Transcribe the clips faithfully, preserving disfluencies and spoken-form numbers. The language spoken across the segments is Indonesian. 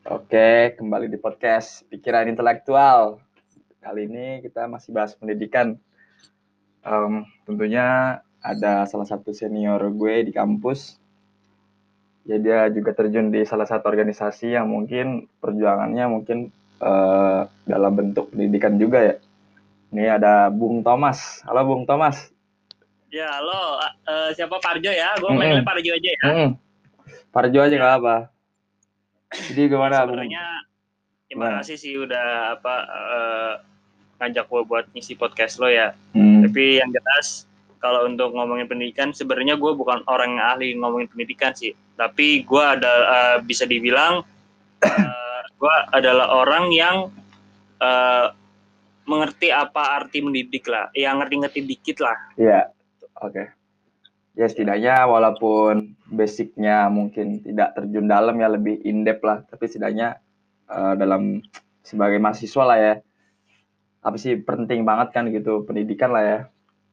Oke, kembali di podcast Pikiran Intelektual. Kali ini kita masih bahas pendidikan. Um, tentunya ada salah satu senior gue di kampus. Ya, dia juga terjun di salah satu organisasi yang mungkin perjuangannya mungkin uh, dalam bentuk pendidikan juga ya. Ini ada Bung Thomas. Halo Bung Thomas. Ya, halo. Uh, siapa Parjo ya? Gue Mm-mm. manggilnya Parjo aja ya. Mm-mm. Parjo aja nggak ya. Apa. Jadi gimana ya, Bung? Sebenarnya terima kasih sih udah apa uh, ngajak gue buat ngisi podcast lo ya. Hmm. Tapi yang jelas kalau untuk ngomongin pendidikan, sebenarnya gue bukan orang yang ahli ngomongin pendidikan sih. Tapi gue ada uh, bisa dibilang uh, gue adalah orang yang uh, mengerti apa arti mendidik lah. Yang ngerti-ngerti dikit lah. Iya, oke. Okay. Ya setidaknya walaupun basicnya mungkin tidak terjun dalam ya, lebih in-depth lah, tapi setidaknya uh, dalam sebagai mahasiswa lah ya, apa sih penting banget kan gitu pendidikan lah ya.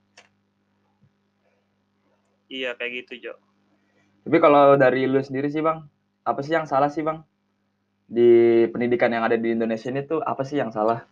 Iya kayak gitu Jo. Tapi kalau dari lu sendiri sih Bang, apa sih yang salah sih Bang di pendidikan yang ada di Indonesia ini tuh, apa sih yang salah?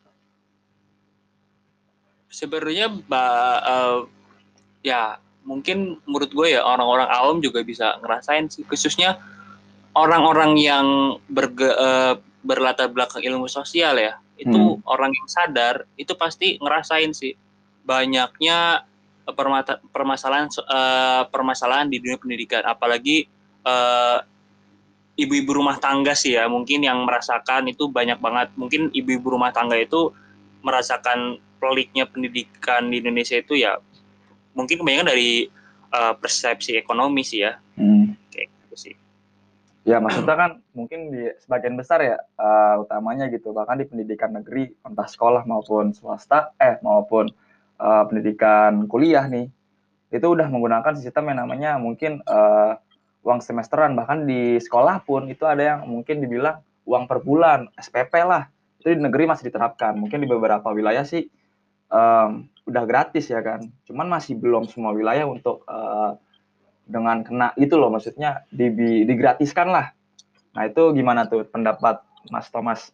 Sebenarnya uh, ya mungkin menurut gue ya orang-orang awam juga bisa ngerasain sih, khususnya orang-orang yang berge, uh, berlatar belakang ilmu sosial ya, itu hmm. orang yang sadar itu pasti ngerasain sih banyaknya permata- permasalahan uh, permasalahan di dunia pendidikan, apalagi uh, ibu-ibu rumah tangga sih ya, mungkin yang merasakan itu banyak banget. Mungkin ibu-ibu rumah tangga itu merasakan peliknya pendidikan di Indonesia itu ya mungkin kebanyakan dari uh, persepsi ekonomi sih ya. Hmm. Kayak gitu sih. Ya maksudnya kan mungkin di sebagian besar ya uh, utamanya gitu, bahkan di pendidikan negeri entah sekolah maupun swasta eh maupun uh, pendidikan kuliah nih, itu udah menggunakan sistem yang namanya mungkin uh, uang semesteran. Bahkan di sekolah pun itu ada yang mungkin dibilang uang per bulan, S P P lah, itu di negeri masih diterapkan. Mungkin di beberapa wilayah sih um, udah gratis ya kan, cuman masih belum semua wilayah untuk uh, dengan kena itu loh, maksudnya di, digratiskan lah. Nah itu gimana tuh pendapat Mas Thomas?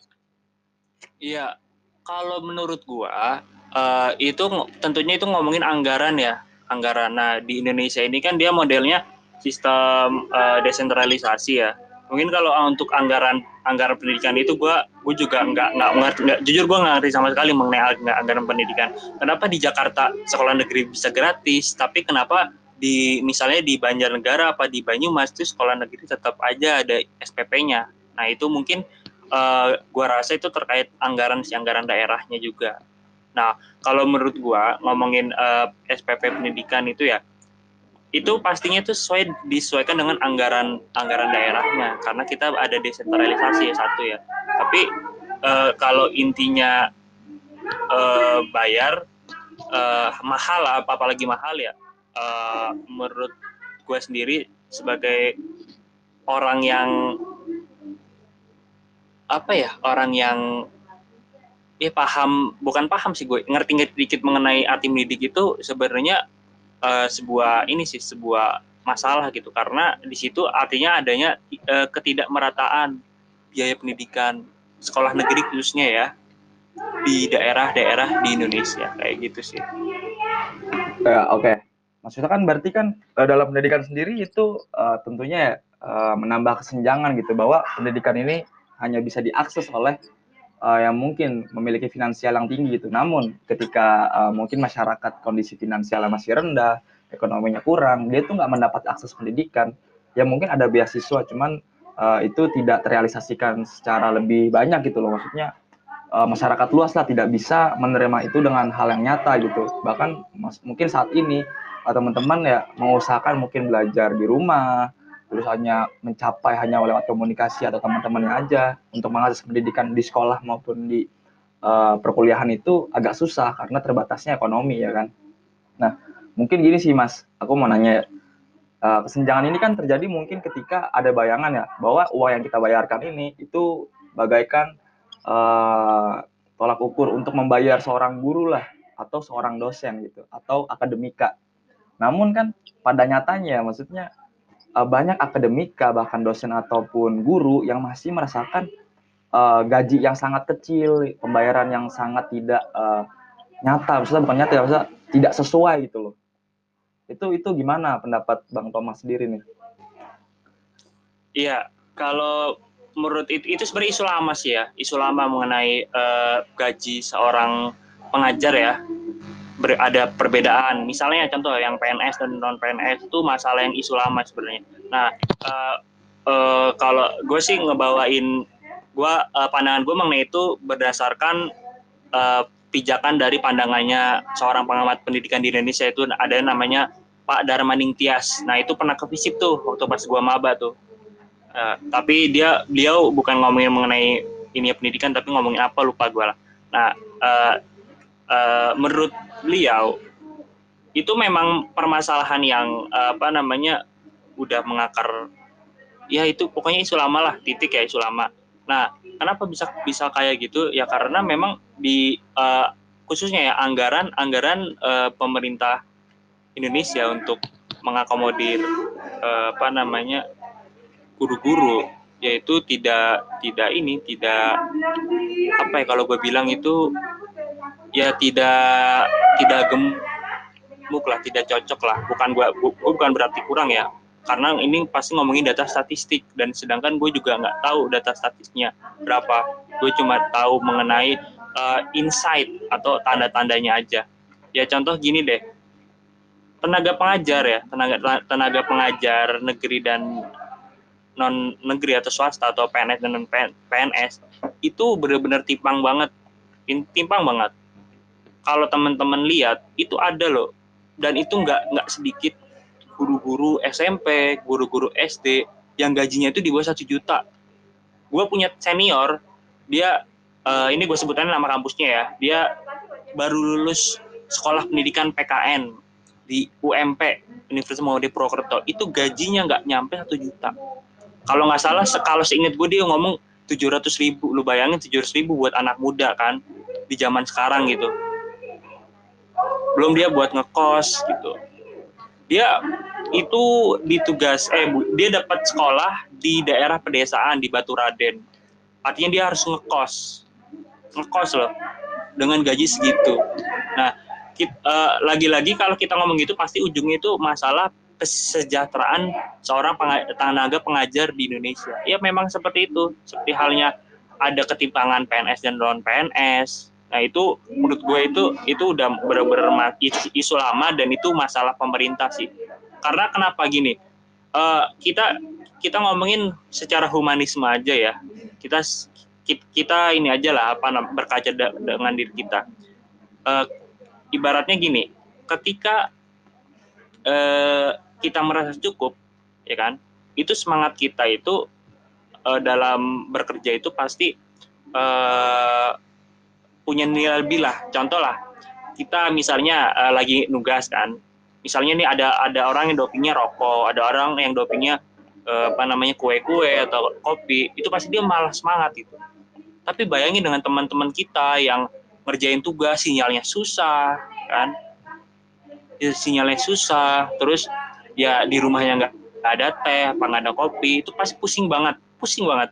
Iya, kalau menurut gua uh, itu tentunya itu ngomongin anggaran ya, anggaran. Nah di Indonesia ini kan dia modelnya sistem uh, desentralisasi ya. Mungkin kalau untuk anggaran anggaran pendidikan itu gua gua juga nggak nggak ngerti, nggak, jujur gua nggak ngerti sama sekali mengenai anggaran pendidikan. Kenapa di Jakarta sekolah negeri bisa gratis, tapi kenapa di misalnya di Banjarnegara apa di Banyumas itu sekolah negeri tetap aja ada S P P-nya. Nah itu mungkin uh, gua rasa itu terkait anggaran si anggaran daerahnya juga. Nah kalau menurut gua ngomongin uh, S P P pendidikan itu ya, itu pastinya itu sesuai disesuaikan dengan anggaran anggaran daerahnya, karena kita ada desentralisasi ya satu ya. Tapi uh, kalau intinya uh, bayar uh, mahal, apalagi mahal ya, uh, menurut gue sendiri sebagai orang yang apa ya, orang yang ya paham, bukan paham sih, gue ngerti-ngerti dikit mengenai arti mendidik itu sebenarnya uh, sebuah ini sih, sebuah masalah gitu, karena di situ artinya adanya uh, ketidakmerataan biaya pendidikan sekolah negeri khususnya ya di daerah-daerah di Indonesia kayak gitu sih. Ya, oke. Okay. Maksudnya kan berarti kan uh, dalam pendidikan sendiri itu uh, tentunya uh, menambah kesenjangan gitu, bahwa pendidikan ini hanya bisa diakses oleh uh, yang mungkin memiliki finansial yang tinggi gitu. Namun ketika uh, mungkin masyarakat kondisi finansialnya masih rendah, ekonominya kurang, dia tuh nggak mendapat akses pendidikan. Ya mungkin ada beasiswa, cuman uh, itu tidak terrealisasikan secara lebih banyak gitu loh. Maksudnya uh, masyarakat luas lah tidak bisa menerima itu dengan hal yang nyata gitu. Bahkan mas, mungkin saat ini uh, teman-teman ya mengusahakan mungkin belajar di rumah, terus hanya mencapai hanya lewat komunikasi atau teman-temannya aja. Untuk mengakses pendidikan di sekolah maupun di uh, perkuliahan itu agak susah karena terbatasnya ekonomi ya kan. Nah mungkin gini sih Mas, aku mau nanya, uh, kesenjangan ini kan terjadi mungkin ketika ada bayangan ya bahwa uang yang kita bayarkan ini itu bagaikan uh, tolak ukur untuk membayar seorang guru lah, atau seorang dosen gitu, atau akademika. Namun kan pada nyatanya maksudnya uh, banyak akademika bahkan dosen ataupun guru yang masih merasakan uh, gaji yang sangat kecil, pembayaran yang sangat tidak uh, nyata, maksudnya bukan nyata ya, maksudnya tidak sesuai gitu loh. Itu itu gimana pendapat Bang Thomas sendiri nih? Iya, kalau menurut itu, itu sebenarnya isu lama sih ya, isu lama mengenai uh, gaji seorang pengajar ya. Ber, ada perbedaan. Misalnya contoh yang P N S dan non P N S itu masalah yang isu lama sebenarnya. Nah, uh, uh, kalau gue sih ngebawain gue uh, pandangan gue mengenai itu berdasarkan uh, pijakan dari pandangannya seorang pengamat pendidikan di Indonesia, itu ada namanya Pak Darmaning Tias. Nah, itu pernah ke FISIP tuh waktu pas gue maba tuh. Uh, tapi dia beliau bukan ngomongin mengenai ini pendidikan, tapi ngomongin apa lupa gue lah. Nah, uh, uh, menurut beliau itu memang permasalahan yang uh, apa namanya udah mengakar, ya itu pokoknya isu lama lah, titik ya, isu lama. Nah, kenapa bisa bisa kayak gitu ya, karena memang di uh, khususnya ya anggaran anggaran uh, pemerintah Indonesia untuk mengakomodir uh, apa namanya guru-guru, yaitu tidak tidak ini tidak apa ya, kalau gue bilang itu ya tidak tidak gemuk lah, tidak cocok lah. Bukan gue bukan berarti kurang ya, karena ini pasti ngomongin data statistik, dan sedangkan gue juga nggak tahu data statistiknya berapa. Gue cuma tahu mengenai uh, insight atau tanda-tandanya aja. Ya contoh gini deh, tenaga pengajar ya, tenaga tenaga pengajar negeri dan non negeri atau swasta atau P N S dan non P N S itu benar-benar timpang banget, timpang banget. Kalau teman-teman lihat itu ada loh, dan itu nggak nggak sedikit guru-guru S M P, guru-guru S D yang gajinya itu di bawah satu juta. Gue punya senior, dia uh, ini gue sebutannya nama kampusnya ya, dia baru lulus sekolah pendidikan P K N di U M P Universitas Muhammadiyah Purwokerto, itu gajinya nggak nyampe satu juta. Kalau nggak salah, kalau seingat gue dia ngomong tujuh ratus ribu. Lu bayangin tujuh ratus ribu buat anak muda kan di zaman sekarang gitu. Belum dia buat ngekos gitu. Dia itu ditugas eh dia dapat sekolah di daerah pedesaan di Baturaden. Artinya dia harus ngekos. Ngekos loh dengan gaji segitu. Nah, kita, uh, lagi-lagi kalau kita ngomong gitu pasti ujungnya itu masalah kesejahteraan seorang pengajar, tenaga pengajar di Indonesia. Ya memang seperti itu. Seperti halnya ada ketimpangan P N S dan non P N S. Nah itu menurut gue itu itu udah benar-benar isu lama, dan itu masalah pemerintah sih. Karena kenapa gini? Uh, kita kita ngomongin secara humanisme aja ya. Kita kita ini aja lah apa berkaca dengan diri kita. Uh, ibaratnya gini, ketika uh, kita merasa cukup, ya kan? Itu semangat kita itu uh, dalam bekerja itu pasti uh, punya nilai lebih lah. Contoh lah, kita misalnya uh, lagi nugas kan, misalnya nih ada ada orang yang dopingnya rokok, ada orang yang dopingnya uh, apa namanya kue-kue atau kopi, itu pasti dia malas semangat itu. Tapi bayangin dengan teman-teman kita yang ngerjain tugas, sinyalnya susah kan, sinyalnya susah, terus ya di rumahnya nggak ada teh, apa nggak ada kopi, itu pasti pusing banget, pusing banget.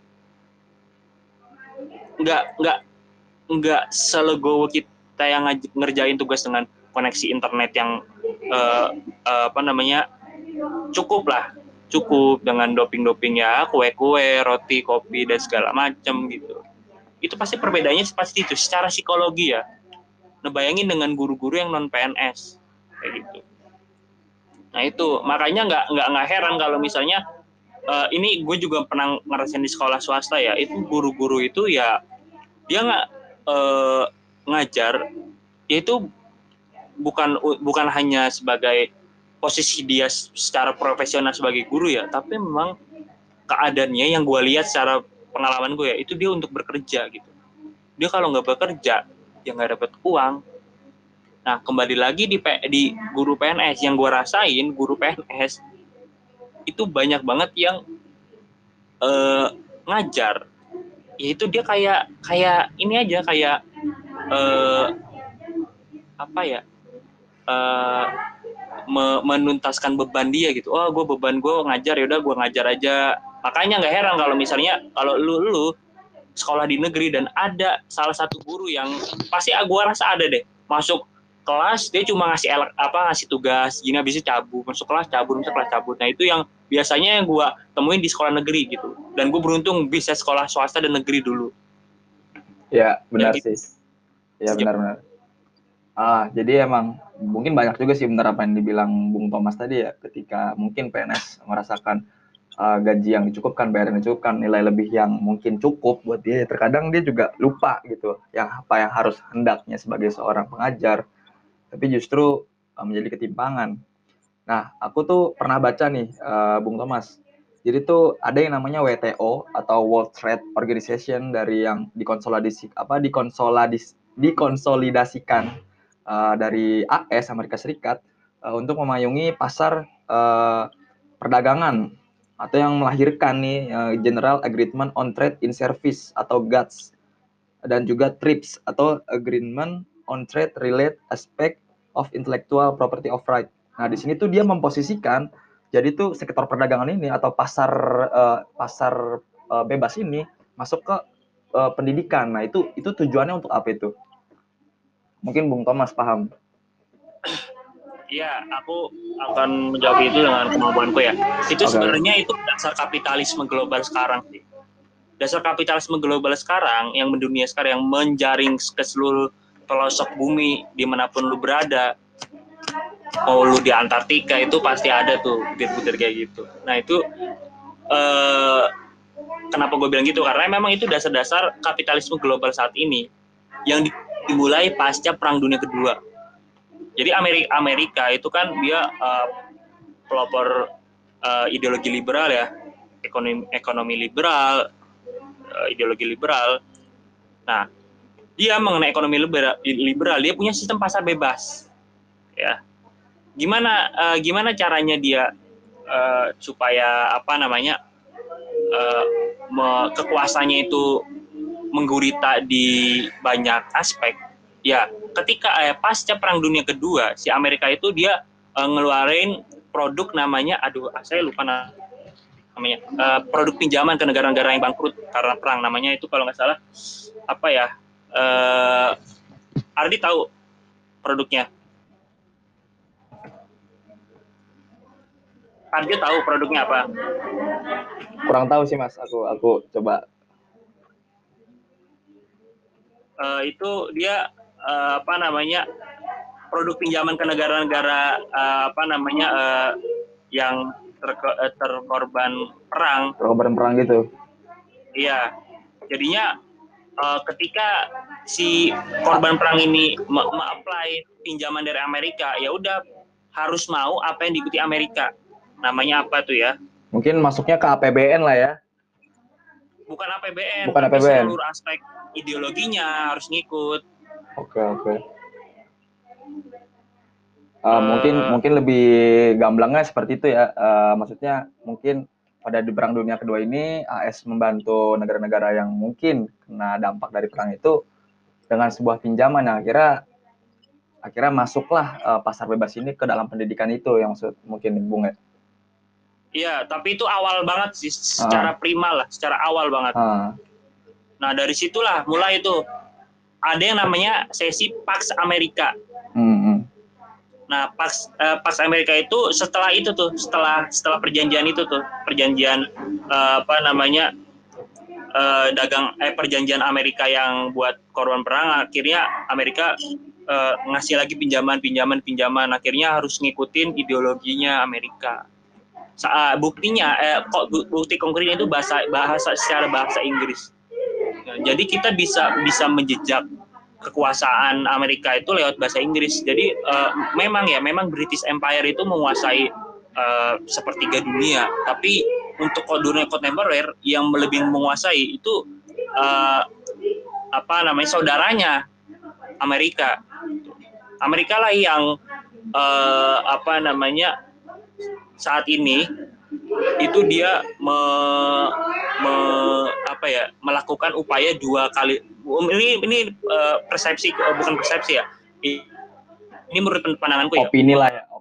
Nggak nggak nggak selegowo kita yang ngerjain tugas dengan koneksi internet yang uh, uh, apa namanya cukup lah, cukup dengan doping-doping ya, kue-kue, roti, kopi dan segala macam gitu. Itu pasti perbedaannya pasti itu secara psikologi ya. Nah bayangin dengan guru-guru yang non P N S kayak gitu. Nah itu makanya nggak nggak nggak heran kalau misalnya uh, ini gue juga pernah ngerasain di sekolah swasta ya, itu guru-guru itu ya dia nggak uh, ngajar, yaitu bukan bukan hanya sebagai posisi dia secara profesional sebagai guru ya, tapi memang keadaannya yang gue lihat secara pengalaman gue ya, itu dia untuk bekerja gitu. Dia kalau nggak bekerja ya nggak dapat uang. Nah, kembali lagi di, di guru P N S, yang gue rasain, guru P N S itu banyak banget yang uh, ngajar. Yaitu dia kayak kayak ini aja, kayak uh, apa ya? Uh, me- menuntaskan beban dia gitu. Oh, gue beban gue ngajar, ya udah gue ngajar aja. Makanya nggak heran kalau misalnya kalau lu lu sekolah di negeri dan ada salah satu guru yang pasti gue rasa ada deh masuk kelas dia cuma ngasih elek, apa ngasih tugas gini habis itu cabut, masuk kelas cabut, masuk kelas cabut. Nah itu yang biasanya yang gue temuin di sekolah negeri gitu. Dan gue beruntung bisa sekolah swasta dan negeri dulu. Ya benar Ya, gitu. sih. Ya benar-benar. Ah, jadi emang mungkin banyak juga sih benar apa yang dibilang Bung Thomas tadi ya, ketika mungkin P N S merasakan uh, gaji yang dicukupkan, bayar yang dicukupkan, nilai lebih yang mungkin cukup buat dia, terkadang dia juga lupa gitu, yang apa yang harus hendaknya sebagai seorang pengajar, tapi justru uh, menjadi ketimpangan. Nah, aku tuh pernah baca nih, uh, Bung Thomas, jadi tuh ada yang namanya W T O atau World Trade Organization dari yang dikonsolidasi apa dikonsolidasi dikonsolidasikan uh, dari A S Amerika Serikat uh, untuk memayungi pasar uh, perdagangan atau yang melahirkan nih uh, General Agreement on Trade in Service atau GATS dan juga TRIPS atau Agreement on Trade Related Aspect of Intellectual Property of Right. Nah, di sini tuh dia memposisikan jadi tuh sektor perdagangan ini atau pasar uh, pasar uh, bebas ini masuk ke uh, pendidikan. Nah, itu itu tujuannya untuk apa itu? Mungkin Bung Thomas paham. Iya, aku akan menjawab itu dengan kemampuanku ya. Itu okay. Sebenarnya itu dasar kapitalisme global sekarang sih. Dasar kapitalisme global sekarang yang mendunia sekarang yang menjaring ke seluruh pelosok bumi dimanapun lu berada. Mau lu di Antartika itu pasti ada tuh butir-butir kayak gitu. Nah itu eh, kenapa gue bilang gitu? Karena memang itu dasar-dasar kapitalisme global saat ini yang dimulai pasca Perang Dunia Kedua. Jadi Amerika, Amerika itu kan dia uh, pelopor uh, ideologi liberal ya, ekonomi ekonomi liberal, uh, ideologi liberal. Nah, dia mengenai ekonomi liberal, liberal dia punya sistem pasar bebas, ya. Gimana uh, gimana caranya dia uh, supaya apa namanya uh, me, kekuasaannya itu menggurita di banyak aspek. Ya, ketika eh, pasca Perang Dunia Kedua, si Amerika itu dia eh, ngeluarin produk namanya, aduh, saya lupa namanya, eh, produk pinjaman ke negara-negara yang bangkrut karena perang. Namanya itu kalau nggak salah apa ya? Eh, Ardi tahu produknya? Ardi tahu produknya apa? Kurang tahu sih mas, aku aku coba. Uh, itu dia uh, apa namanya produk pinjaman ke negara-negara uh, apa namanya uh, yang ter, uh, terkorban perang. Terkorban perang gitu. Iya, jadinya uh, ketika si korban perang ini me-apply pinjaman dari Amerika, ya udah harus mau apa yang diikuti Amerika. Namanya apa tuh ya? Mungkin masuknya ke A P B N lah ya. Bukan A P B N, Bukan tapi A P B N. seluruh aspek ideologinya harus ngikut. Oke oke. Uh, uh, mungkin mungkin lebih gamblangnya seperti itu ya. Uh, maksudnya mungkin pada di Perang Dunia Kedua ini A S membantu negara-negara yang mungkin kena dampak dari perang itu dengan sebuah pinjaman yang akhirnya akhirnya masuklah uh, pasar bebas ini ke dalam pendidikan itu yang mungkin Bung ya. Iya, tapi itu awal banget sih, secara uh. primal lah, secara awal banget. Uh. Nah, dari situlah mulai itu ada yang namanya sesi Pax Amerika. Mm-hmm. Nah, Pax uh, Pax Amerika itu setelah itu tuh, setelah setelah perjanjian itu tuh, perjanjian uh, apa namanya uh, dagang eh perjanjian Amerika yang buat korban perang, akhirnya Amerika uh, ngasih lagi pinjaman, pinjaman, pinjaman, akhirnya harus ngikutin ideologinya Amerika. Sa- buktinya, eh, kok bukti konkretnya itu bahasa bahasa secara bahasa Inggris. Nah, jadi kita bisa bisa menjejak kekuasaan Amerika itu lewat bahasa Inggris. Jadi uh, memang ya, memang British Empire itu menguasai uh, sepertiga dunia. Tapi untuk dunia kontemporer yang lebih menguasai itu uh, apa namanya saudaranya Amerika. Amerika lah yang uh, apa namanya saat ini itu dia me, me, apa ya melakukan upaya dua kali ini ini uh, persepsi uh, bukan persepsi ya ini menurut pandanganku ya opini lah ya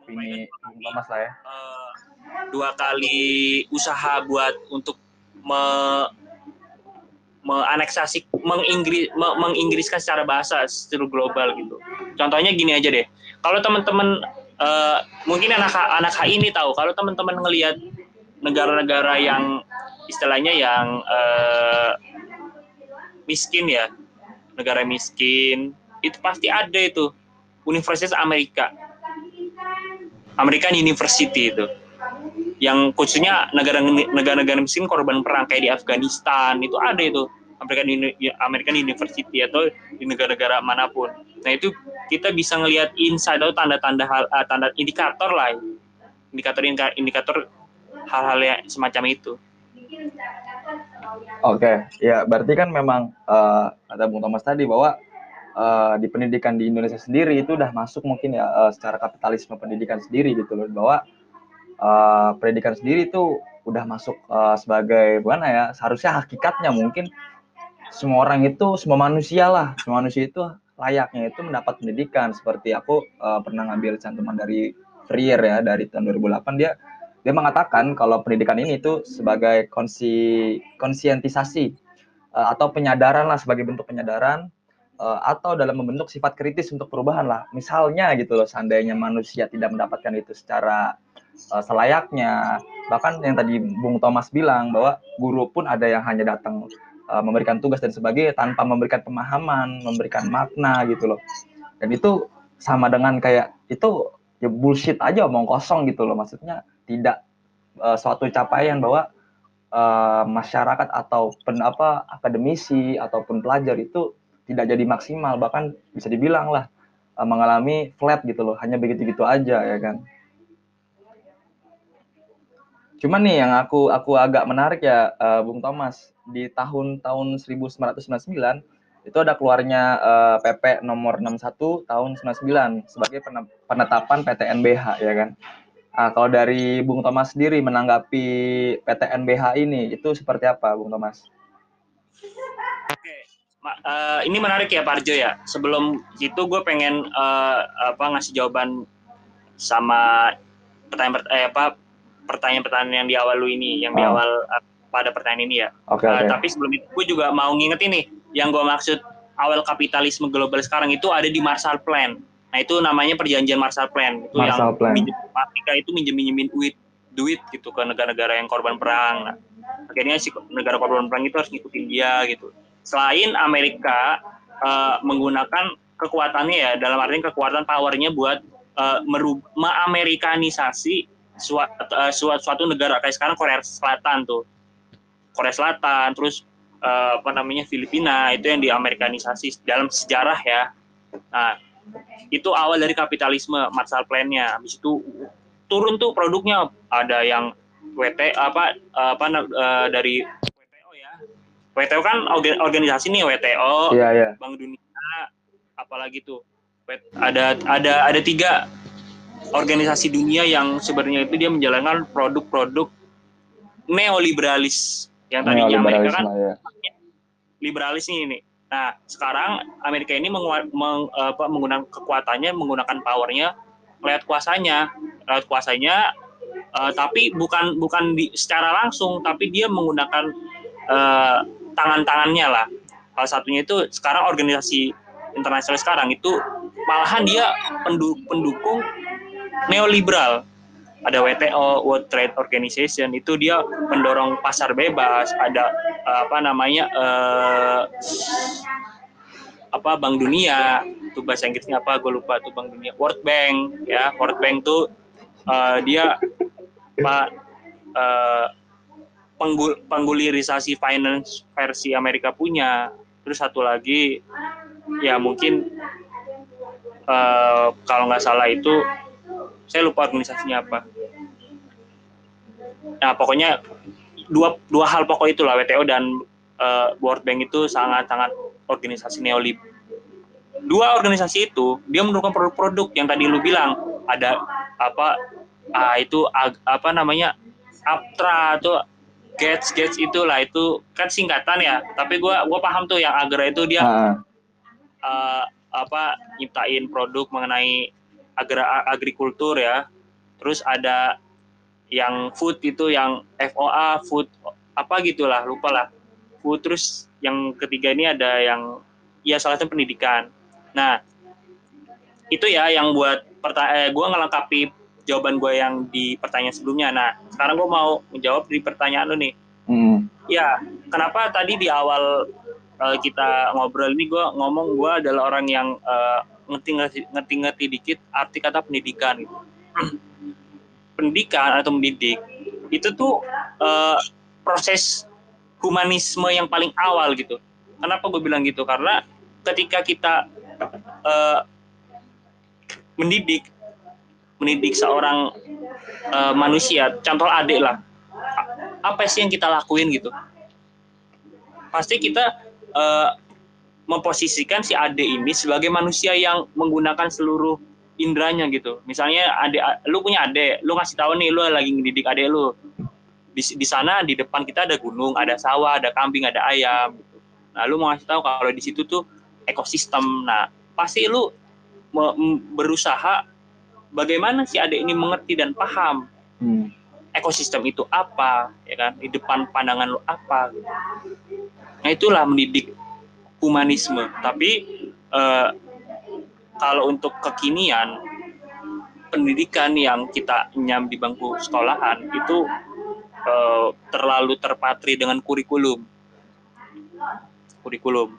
opini Bung Thomas lah ya. Uh, dua kali usaha buat untuk me, menganeksasi, menginggris, me, menginggriskan secara bahasa seluruh global gitu. Contohnya gini aja deh. Kalau teman-teman uh, mungkin anak anak H I ini tahu, kalau teman-teman ngelihat negara-negara yang istilahnya yang uh, miskin ya, negara miskin, itu pasti ada itu Universitas Amerika, American University itu, yang khususnya negara-negara miskin korban perang kayak di Afghanistan itu ada itu American American University atau di negara-negara manapun. Nah itu kita bisa ngelihat insight atau tanda-tanda hal, tanda indikator lah, indikator indikator hal-hal yang semacam itu. Oke, okay. Ya berarti kan memang uh, kata Bung Thomas tadi bahwa uh, di pendidikan di Indonesia sendiri itu udah masuk mungkin ya uh, secara kapitalisme pendidikan sendiri gitu loh, bahwa uh, pendidikan sendiri itu udah masuk uh, sebagai mana ya, seharusnya hakikatnya mungkin semua orang itu, semua manusia lah, semua manusia itu layaknya itu mendapat pendidikan. Seperti aku uh, pernah ngambil cantuman dari Freire ya, dari tahun dua ribu delapan, dia dia mengatakan kalau pendidikan ini itu sebagai konsi, konsientisasi uh, atau penyadaran lah, sebagai bentuk penyadaran uh, atau dalam membentuk sifat kritis untuk perubahan lah. Misalnya gitu loh, seandainya manusia tidak mendapatkan itu secara uh, selayaknya, bahkan yang tadi Bung Thomas bilang bahwa guru pun ada yang hanya datang uh, memberikan tugas dan sebagainya tanpa memberikan pemahaman, memberikan makna gitu loh. Dan itu sama dengan kayak itu ya bullshit aja, omong kosong gitu loh, maksudnya tidak uh, suatu capaian bahwa uh, masyarakat atau pen, apa akademisi ataupun pelajar itu tidak jadi maksimal, bahkan bisa dibilang lah uh, mengalami flat gitu loh, hanya begitu-gitu aja ya kan. Cuman nih yang aku aku agak menarik ya uh, Bung Thomas, di tahun-tahun seribu sembilan ratus sembilan puluh sembilan itu ada keluarnya uh, P P nomor enam puluh satu tahun sembilan puluh sembilan sebagai penetapan P T N B H ya kan. Nah, kalau dari Bung Thomas sendiri menanggapi P T N B H ini itu seperti apa, Bung Thomas? Oke, uh, ini menarik ya Pak Arjo ya. Sebelum itu gue pengen uh, apa ngasih jawaban sama pertanyaan eh, apa pertanyaan-pertanyaan yang di awal lu ini, yang oh. di awal uh, pada pertanyaan ini ya. Okay, uh, okay. Tapi sebelum itu gue juga mau ngingetin nih, yang gue maksud awal kapitalisme global sekarang itu ada di Marshall Plan. Nah itu namanya perjanjian Marshall Plan. Itu Marshall yang Plan. Amerika itu minjem-minjemin duit, duit gitu ke negara-negara yang korban perang. Nah, akhirnya si negara korban perang itu harus ngikutin dia gitu. Selain Amerika uh, menggunakan kekuatannya ya, dalam artian kekuatan powernya buat uh, merubah mengamerikanisasi suatu, uh, suatu, suatu negara kayak sekarang Korea Selatan tuh, Korea Selatan, terus uh, apa namanya Filipina itu yang diamerikanisasi dalam sejarah ya. Nah itu awal dari kapitalisme Marshall Plan-nya. Habis itu turun tuh produknya, ada yang W T apa apa uh, dari W T O ya. W T O kan organisasi nih, W T O, yeah, yeah. Bank Dunia, apalagi tuh. Ada ada ada tiga organisasi dunia yang sebenarnya itu dia menjalankan produk-produk neoliberalis yang tadinya Amerika kan ya. Liberalis ini. Nah, sekarang Amerika ini mengu- meng, apa, menggunakan kekuatannya, menggunakan powernya, lewat kuasanya, lewat kuasanya, uh, tapi bukan bukan di, secara langsung, tapi dia menggunakan uh, tangan-tangannya lah. Salah satunya itu sekarang organisasi internasional sekarang itu malahan dia pendu- pendukung neoliberal. Ada W T O, World Trade Organization, itu dia mendorong pasar bebas. Ada uh, apa namanya uh, apa Bank Dunia, itu bahasa Inggrisnya apa gue lupa tuh, Bank Dunia, World Bank ya. World Bank tuh uh, dia apa uh, penggul, penggulirisasi finance versi Amerika punya. Terus satu lagi ya mungkin uh, kalau nggak salah itu saya lupa organisasinya apa. Nah pokoknya dua dua hal pokok itulah, W T O dan uh, World Bank itu sangat-sangat organisasi neolib. Dua organisasi itu dia mendukung produk-produk yang tadi lu bilang, ada apa ah, itu ag, apa namanya Aptra atau Gates Gates itulah, itu kan singkatan ya. Tapi gua gua paham tuh yang Agra itu dia uh. Uh, apa nyiptain produk mengenai agra agrikultur ya, terus ada yang food itu yang F O A, food apa gitulah, lupa lah. Food, terus yang ketiga ini ada yang ya salah satu pendidikan. Nah, itu ya yang buat pertanyaan eh, gue ngelengkapi jawaban gue yang di pertanyaan sebelumnya. Nah, sekarang gue mau menjawab di pertanyaan lu nih. Hmm. Ya, kenapa tadi di awal uh, kita ngobrol ini gue ngomong gue adalah orang yang uh, ngerti-ngerti ngerti-ngerti dikit arti kata pendidikan gitu. Pendidikan atau mendidik itu tuh uh, proses humanisme yang paling awal gitu. Kenapa gue bilang gitu? Karena ketika kita uh, mendidik mendidik seorang uh, manusia, contoh adik lah, apa sih yang kita lakuin gitu? Pasti kita uh, memposisikan si adik ini sebagai manusia yang menggunakan seluruh indranya gitu. Misalnya adik, lu punya adik, lu ngasih tahu nih, lu lagi ngedidik adik lu. Di, di sana di depan kita ada gunung, ada sawah, ada kambing, ada ayam. Gitu. Nah, lu mau ngasih tahu kalau di situ tuh ekosistem. Nah, pasti lu me- berusaha bagaimana si adik ini mengerti dan paham hmm. ekosistem itu apa, ya kan? Di depan pandangan lu apa. Gitu. Nah, itulah mendidik humanisme. Tapi eh, kalau untuk kekinian, pendidikan yang kita nyam di bangku sekolahan itu eh, terlalu terpatri dengan kurikulum. Kurikulum.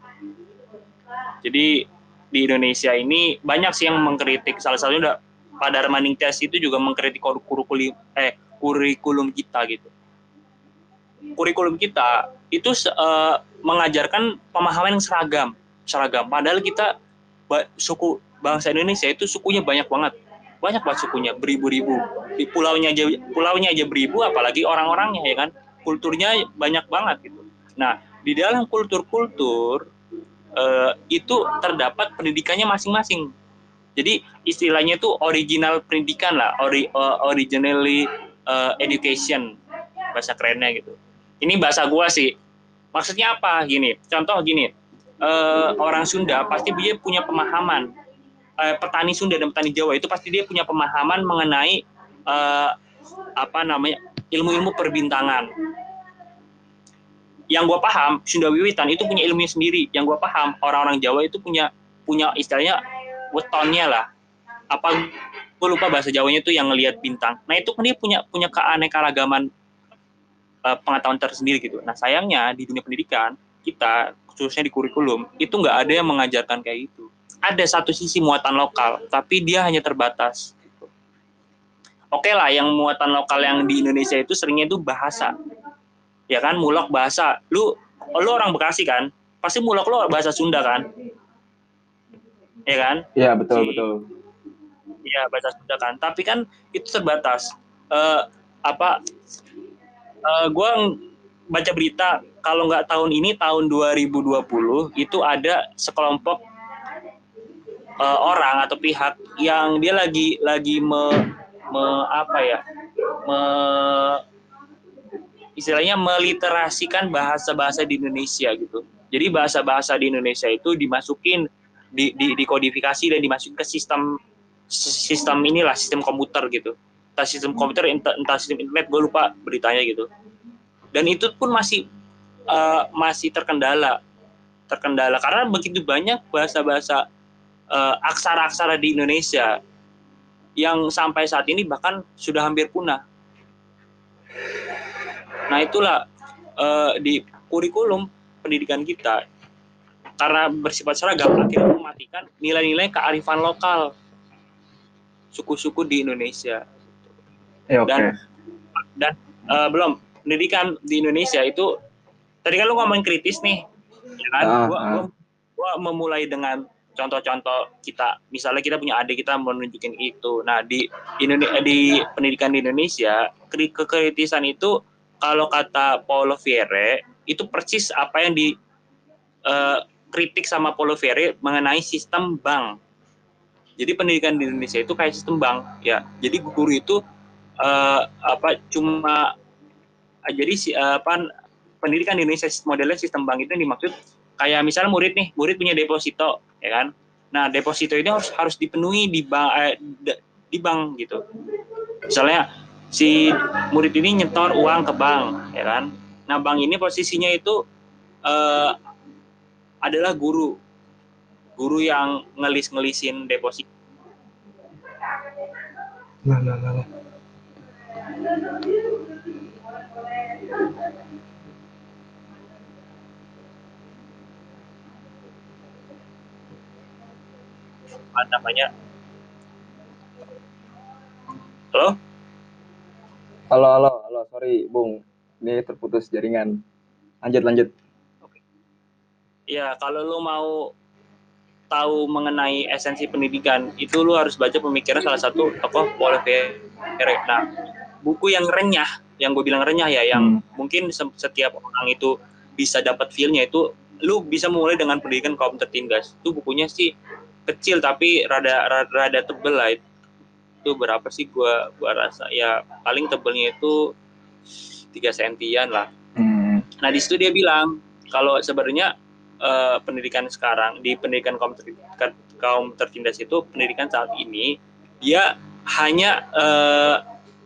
Jadi di Indonesia ini banyak sih yang mengkritik. Salah satunya udah Pak Darmaningtyas itu juga mengkritik kurikulum eh kurikulum kita gitu. Kurikulum kita itu uh, mengajarkan pemahaman yang seragam, seragam. Padahal kita suku bangsa Indonesia itu sukunya banyak banget, banyak banget sukunya, beribu-ribu. Di pulaunya aja, pulaunya aja beribu, apalagi orang-orangnya ya kan, kulturnya banyak banget gitu. Nah, di dalam kultur-kultur uh, itu terdapat pendidikannya masing-masing. Jadi istilahnya itu original pendidikan lah, ori, uh, originally uh, education, bahasa kerennya gitu. Ini bahasa gua sih. Maksudnya apa? Gini, contoh gini, uh, orang Sunda pasti dia punya pemahaman, uh, petani Sunda dan petani Jawa itu pasti dia punya pemahaman mengenai uh, apa namanya ilmu-ilmu perbintangan. Yang gua paham, Sunda Wiwitan itu punya ilmunya sendiri. Yang gua paham, orang-orang Jawa itu punya punya istilahnya wetonnya lah. Apa gue lupa bahasa Jawanya itu yang ngelihat bintang. Nah itu kan dia punya punya keanekaragaman uh, pengetahuan tersendiri gitu. Nah sayangnya di dunia pendidikan kita khususnya di kurikulum itu nggak ada yang mengajarkan kayak gitu. Ada satu sisi muatan lokal, tapi dia hanya terbatas. Gitu. Oke lah, yang muatan lokal yang di Indonesia itu seringnya itu bahasa, ya kan, mulok bahasa. Lu lu orang Bekasi kan, pasti mulok lu bahasa Sunda kan, ya kan? Iya betul si, betul. Iya bahasa Sunda kan, tapi kan itu terbatas. Uh, apa? Uh, gue baca berita kalau nggak tahun ini tahun dua ribu dua puluh itu ada sekelompok uh, orang atau pihak yang dia lagi lagi me, me apa ya? Me, istilahnya meliterasikan bahasa-bahasa di Indonesia gitu. Jadi bahasa-bahasa di Indonesia itu dimasukin di, di, dikodifikasi dan dimasukin ke sistem sistem inilah, sistem komputer gitu. Entah sistem komputer, entah, entah sistem internet, gue lupa beritanya gitu. Dan itu pun masih uh, masih terkendala, terkendala karena begitu banyak bahasa-bahasa uh, aksara-aksara di Indonesia yang sampai saat ini bahkan sudah hampir punah. Nah itulah uh, di kurikulum pendidikan kita karena bersifat seragam akhirnya mematikan nilai-nilai kearifan lokal suku-suku di Indonesia. Ya, okay. Dan dan uh, belum pendidikan di Indonesia itu tadi kan lu ngomongin kritis nih, ya kan? Uh, gua, uh. gua, gua memulai dengan contoh-contoh kita, misalnya kita punya adik kita mau nunjukin itu. Nah di Indonesia, di pendidikan di Indonesia, kekritisan itu kalau kata Paulo Freire itu persis apa yang dikritik uh, sama Paulo Freire mengenai sistem bank. Jadi pendidikan di Indonesia itu kayak sistem bank, ya. Jadi guru itu uh, apa cuma jadi si apa pendidikan di Indonesia modelnya sistem bank itu yang dimaksud kayak misalnya murid nih, murid punya deposito, ya kan? Nah, deposito ini harus harus dipenuhi di bank eh, di bank gitu. Misalnya si murid ini nyetor uang ke bank, ya kan? Nah, bank ini posisinya itu uh, adalah guru, guru yang ngelis-ngelisin deposit. Lah, lah, lah, lah. Apa namanya? Halo? Halo, halo, halo, sorry, Bung. Ini terputus jaringan. Lanjut, lanjut. Oke. Ya, kalau lu mau tahu mengenai esensi pendidikan, itu lu harus baca pemikiran salah satu tokoh Paulo Freire. Nah, buku yang renyah, yang gue bilang renyah ya, yang hmm. mungkin setiap orang itu bisa dapat feel-nya itu, lu bisa mulai dengan pendidikan kaum tertindas. Itu bukunya sih kecil tapi rada rada, rada tebel lah. Itu berapa sih gua gua rasa ya paling tebelnya itu tiga sentian lah. Hmm. Nah, di situ dia bilang kalau sebenarnya Uh, pendidikan sekarang di pendidikan kaum tertindas, kaum tertindas itu pendidikan saat ini dia hanya uh,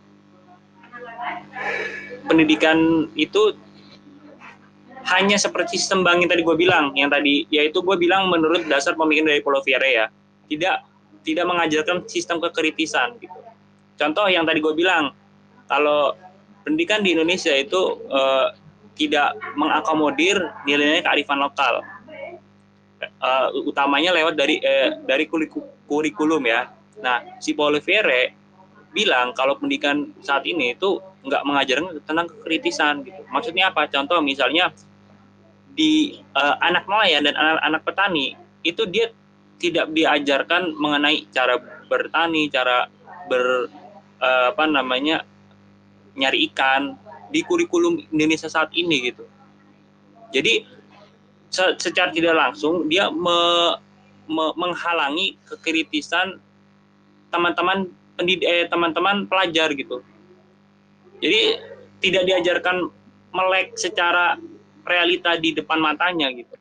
pendidikan itu hanya seperti sistem bank yang tadi gue bilang, yang tadi yaitu gue bilang menurut dasar pemikiran dari Paulo Freire ya, tidak tidak mengajarkan sistem kekritisan gitu. Contoh yang tadi gue bilang, kalau pendidikan di Indonesia itu uh, tidak mengakomodir nilai-nilai kearifan lokal, uh, utamanya lewat dari eh, dari kurikulum ya. Nah, si Paulo Freire bilang kalau pendidikan saat ini itu nggak mengajarkan tentang kekritisan gitu. Maksudnya apa? Contoh misalnya di uh, anak nelayan dan anak-anak petani itu dia tidak diajarkan mengenai cara bertani, cara ber uh, apa namanya nyari ikan di kurikulum Indonesia saat ini gitu. Jadi se- secara tidak langsung dia me- me- menghalangi kekritisan teman-teman pendidik eh, teman-teman pelajar gitu. Jadi tidak diajarkan melek secara realita di depan matanya gitu.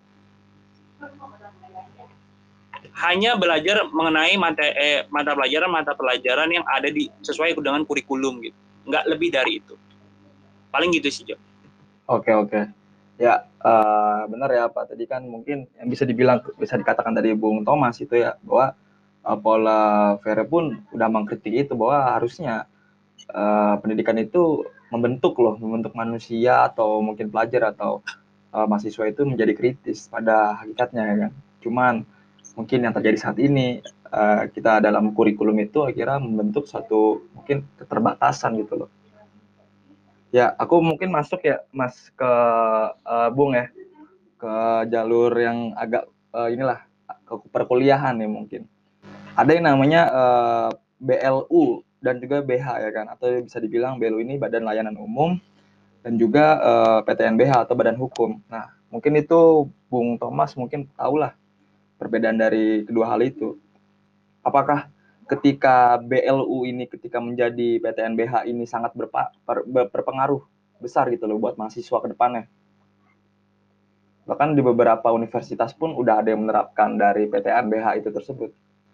Hanya belajar mengenai mata eh, mata pelajaran mata pelajaran yang ada di sesuai dengan kurikulum gitu. Nggak lebih dari itu. Paling gitu sih, Jo. Oke, oke. Ya, uh, benar ya Pak. Tadi kan mungkin yang bisa dibilang, bisa dikatakan tadi Bung Thomas itu ya, bahwa uh, Paulo Freire pun udah mengkritik itu, bahwa harusnya uh, pendidikan itu membentuk loh, membentuk manusia atau mungkin pelajar atau uh, mahasiswa itu menjadi kritis pada hakikatnya ya kan. Cuman mungkin yang terjadi saat ini, uh, kita dalam kurikulum itu akhirnya membentuk suatu mungkin keterbatasan gitu loh. Ya, aku mungkin masuk ya, Mas, ke uh, Bung ya, ke jalur yang agak uh, inilah, ke perkuliahan ya mungkin. Ada yang namanya uh, B L U dan juga B H ya kan, atau bisa dibilang B L U ini Badan Layanan Umum dan juga uh, P T N B H atau Badan Hukum. Nah, mungkin itu Bung Thomas mungkin tahulah perbedaan dari kedua hal itu. Apakah ketika B L U ini ketika menjadi P T N B H ini sangat berpa, ber, berpengaruh besar gitu loh buat mahasiswa ke depannya. Bahkan di beberapa universitas pun udah ada yang menerapkan dari P T N B H itu tersebut.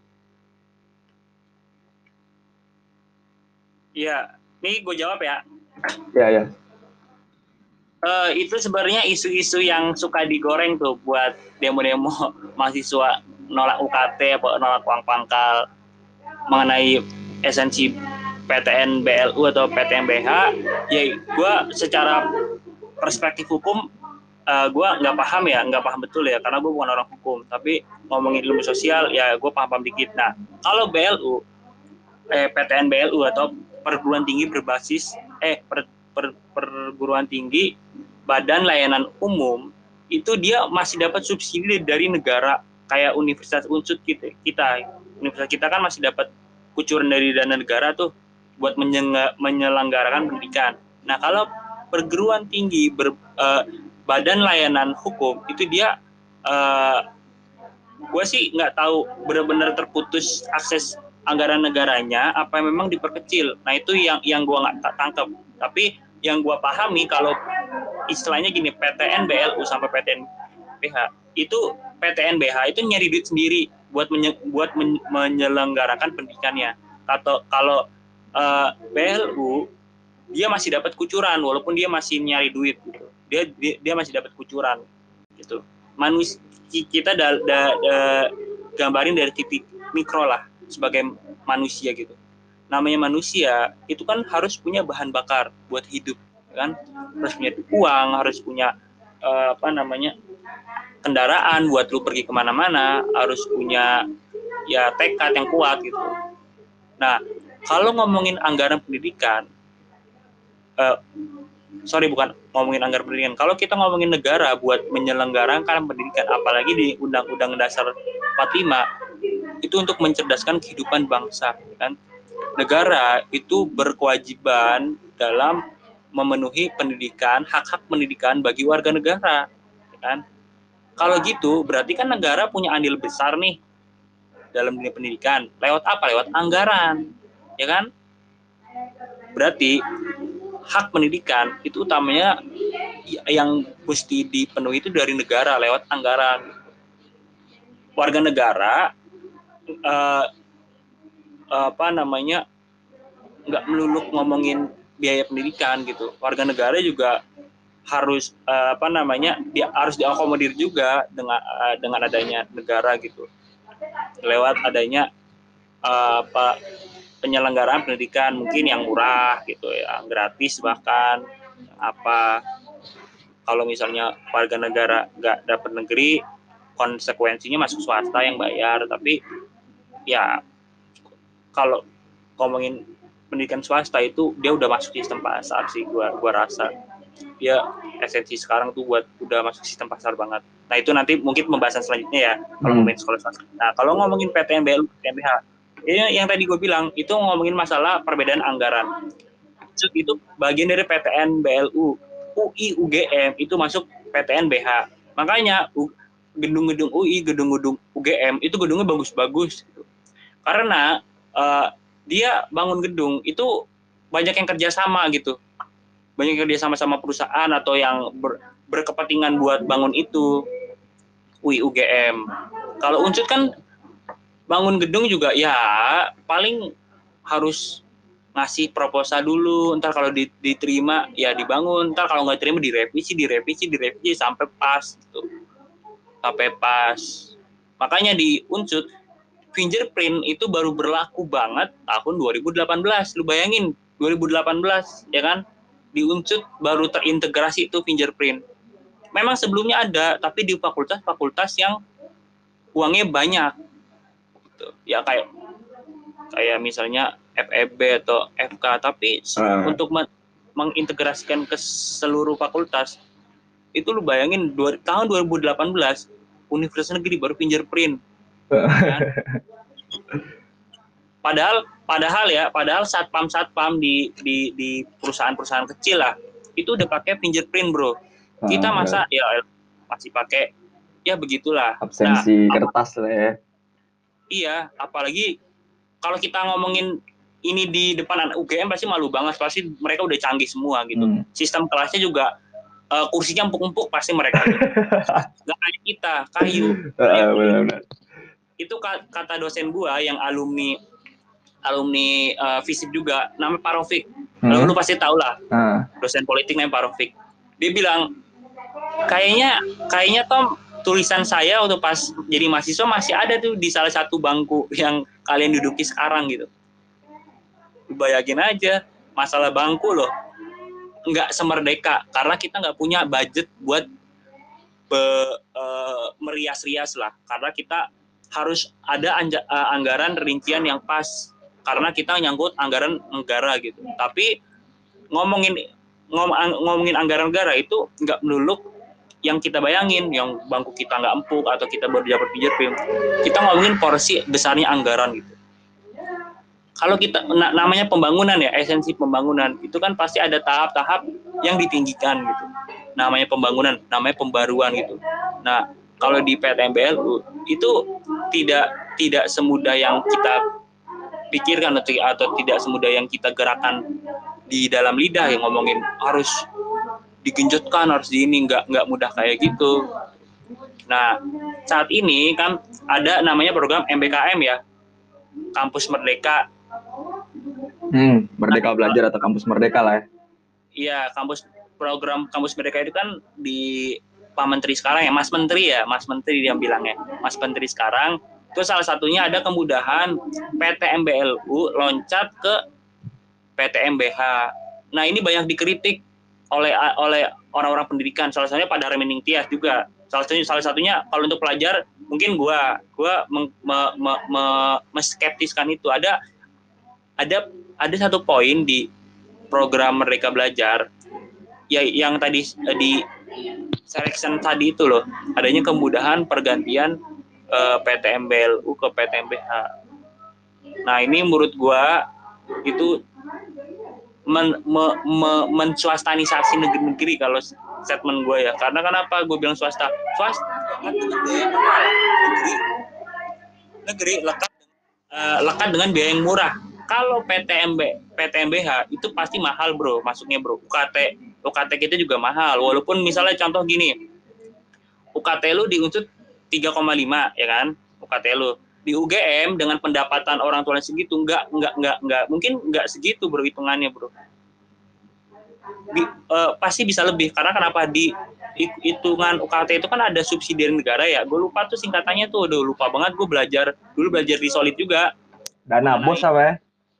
Iya, ini gue jawab ya. Iya, ya. Uh, itu sebenarnya isu-isu yang suka digoreng tuh buat demo-demo mahasiswa nolak U K T atau nolak uang pangkal mengenai esensi P T N B L U atau P T N B H. Ya, gue secara perspektif hukum uh, gue nggak paham ya, nggak paham betul ya, karena gue bukan orang hukum. Tapi ngomongin ilmu sosial ya gue paham-paham dikit. Nah, kalau B L U, eh, P T N B L U atau perguruan tinggi berbasis eh per, per, perguruan tinggi Badan Layanan Umum, itu dia masih dapat subsidi dari negara kayak Universitas Unsud kita. kita. Universitas kita kan masih dapat kucuran dari dana negara tuh buat menyelenggarakan pendidikan. Nah, kalau perguruan tinggi ber, uh, Badan Layanan Hukum itu dia uh, gue sih nggak tahu benar-benar terputus akses anggaran negaranya apa memang diperkecil. Nah, itu yang yang gue nggak tangkap. Tapi yang gue pahami kalau istilahnya gini, P T N B L U sampai P T N B H itu P T N B H itu nyari duit sendiri buat menye, buat men, menyelenggarakan pendidikannya. Atau kalau uh, B L U dia masih dapat kucuran walaupun dia masih nyari duit gitu. Dia dia, dia masih dapat kucuran gitu. Manusia kita da, da, da, gambarin dari titik mikro lah sebagai manusia gitu. Namanya manusia itu kan harus punya bahan bakar buat hidup kan, harus punya uang, harus punya uh, apa namanya kendaraan buat lu pergi kemana-mana, harus punya ya tekad yang kuat gitu. Nah kalau ngomongin anggaran pendidikan, uh, sorry bukan ngomongin anggaran pendidikan, kalau kita ngomongin negara buat menyelenggarakan pendidikan, apalagi di Undang-Undang Dasar empat puluh lima itu untuk mencerdaskan kehidupan bangsa kan. Negara itu berkewajiban dalam memenuhi pendidikan, hak-hak pendidikan bagi warga negara, kan? Kalau gitu, berarti kan negara punya andil besar nih dalam dunia pendidikan. Lewat apa? Lewat anggaran, ya kan? Berarti hak pendidikan itu utamanya yang mesti dipenuhi itu dari negara lewat anggaran. Warga negara uh, apa namanya nggak melulu ngomongin biaya pendidikan gitu. Warga negara juga harus uh, apa namanya dia harus diakomodir juga dengan uh, dengan adanya negara gitu. Lewat adanya uh, apa penyelenggaraan pendidikan mungkin yang murah gitu ya, gratis bahkan apa. Kalau misalnya warga negara nggak dapat negeri, konsekuensinya masuk swasta yang bayar. Tapi ya kalau ngomongin pendidikan swasta itu dia udah masuk sistem pasar sih, gua gua rasa dia esensi sekarang tuh buat udah masuk sistem pasar banget. Nah itu nanti mungkin pembahasan selanjutnya ya kalau Hmm. ngomongin sekolah swasta. Nah kalau ngomongin P T N B L U, P T N B H, ini yang tadi gue bilang itu ngomongin masalah perbedaan anggaran. Itu bagian dari P T N B L U, U I U G M itu masuk P T N B H. Makanya gedung-gedung U I, gedung-gedung U G M itu gedungnya bagus-bagus gitu. Karena uh, dia bangun gedung itu banyak yang kerjasama gitu, banyak yang kerja sama-sama perusahaan atau yang ber, berkepentingan buat bangun itu. U I U G M. Kalau Unsud kan bangun gedung juga ya paling harus ngasih proposal dulu, ntar kalau diterima ya dibangun, ntar kalau nggak diterima direvisi, direvisi, direvisi sampai pas gitu, sampai pas. Makanya di Unsud fingerprint itu baru berlaku banget tahun dua ribu delapan belas. Lu bayangin dua ribu delapan belas ya kan, di Unsud baru terintegrasi itu fingerprint. Memang sebelumnya ada, tapi di fakultas-fakultas yang uangnya banyak gitu. Ya kayak kayak misalnya F E B atau F K, tapi uh. untuk men- mengintegrasikan ke seluruh fakultas itu lu bayangin dua, tahun dua ribu delapan belas universitas negeri baru fingerprint. Kan? Padahal, padahal ya, padahal satpam-satpam di, di di perusahaan-perusahaan kecil lah itu udah pakai fingerprint bro. Kita masa ya masih pakai ya begitulah. Absensi nah, kertas lah ya. Iya, apalagi kalau kita ngomongin ini di depan U G M pasti malu banget, pasti mereka udah canggih semua gitu. Hmm. Sistem kelasnya juga uh, kursinya empuk-empuk pasti mereka. Gak kayak kita, kayu. kayu. Benar-benar. Itu kata dosen gua yang alumni alumni uh, FISIP juga, namanya Pak Rofik. Hmm. Lalu lu pasti tahu lah, hmm. dosen politik namanya Pak Rofik. Dia bilang kayaknya kayaknya Tom tulisan saya waktu pas jadi mahasiswa masih ada tuh di salah satu bangku yang kalian duduki sekarang gitu. Bayangin aja, masalah bangku loh nggak semerdeka karena kita nggak punya budget buat be, uh, merias-rias lah, karena kita harus ada anja, uh, anggaran rincian yang pas karena kita nyangkut anggaran negara gitu. Tapi ngomongin ngom, ngomongin anggaran negara itu nggak melulu yang kita bayangin, yang bangku kita nggak empuk atau kita baru dapat fingerprint. Kita ngomongin porsi besarnya anggaran gitu. Kalau kita na- namanya pembangunan ya, esensi pembangunan itu kan pasti ada tahap-tahap yang ditinggikan gitu. Namanya pembangunan, namanya pembaruan gitu. Nah, kalau di P T N B L U itu tidak tidak semudah yang kita pikirkan atau, atau tidak semudah yang kita gerakan di dalam lidah yang ngomongin harus digenjotkan, harus di ini, nggak nggak mudah kayak gitu. Nah, saat ini kan ada namanya program M B K M ya, Kampus Merdeka. Hmm, Merdeka Belajar atau Kampus Merdeka lah ya. Iya, kampus program kampus Merdeka itu kan di Pak Menteri sekarang ya, Mas Menteri ya, Mas Menteri dia bilangnya, Mas Menteri sekarang. Itu salah satunya ada kemudahan P T M B L U loncat ke P T M B H. Nah ini banyak dikritik oleh oleh orang-orang pendidikan. Salah satunya pada Remening Tias juga. Salah satunya, salah satunya kalau untuk pelajar mungkin gua gua meng, me, me, me, meskeptiskan itu. Ada ada ada satu poin di program Merdeka Belajar ya yang tadi di selection tadi itu loh, adanya kemudahan pergantian uh, P T M B L U ke P T M B H. Nah ini menurut gua itu men, me, me, menswastanisasi negeri-negeri kalau statement gue ya. Karena kenapa gue bilang swasta? Swasta lekat dengan biaya mahal. Negeri, negeri lekat uh, lekat dengan biaya yang murah. Kalau P T M B, P T M B H itu pasti mahal bro, masuknya bro. U K T, U K T kita juga mahal. Walaupun misalnya contoh gini, U K T lu di Unsud tiga koma lima ya kan, U K T lu di U G M dengan pendapatan orang tua segitu nggak nggak nggak nggak mungkin nggak segitu bro hitungannya bro. Di, uh, pasti bisa lebih karena kenapa di hitungan U K T itu kan ada subsidi dari negara ya. Gue lupa tuh singkatannya tuh, udah lupa banget. Gue belajar dulu belajar di Solid juga. Dana nah, bos apa ya?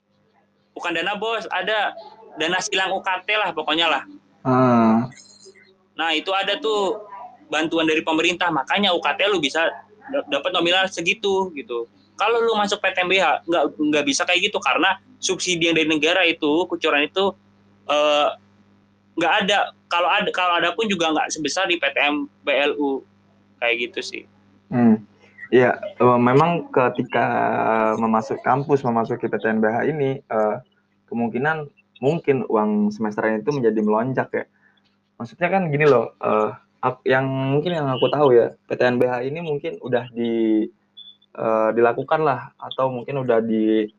Bukan dana bos, ada dana silang U K T lah pokoknya lah. Hmm. Nah itu ada tuh bantuan dari pemerintah, makanya U K T lu bisa dapat nominal segitu gitu. Kalau lu masuk P T M B H nggak nggak bisa kayak gitu karena subsidi yang dari negara itu kucuran itu uh, nggak ada. Kalau ada kalau ada pun juga nggak sebesar di P T M B L U kayak gitu sih. Hmm. Ya, uh, memang ketika memasuk kampus, memasuki P T N B H ini, uh, kemungkinan mungkin uang semesternya itu menjadi melonjak ya. Maksudnya kan gini loh, uh, yang mungkin yang aku tahu ya, P T N B H ini mungkin udah di uh, dilakukan lah, atau mungkin udah di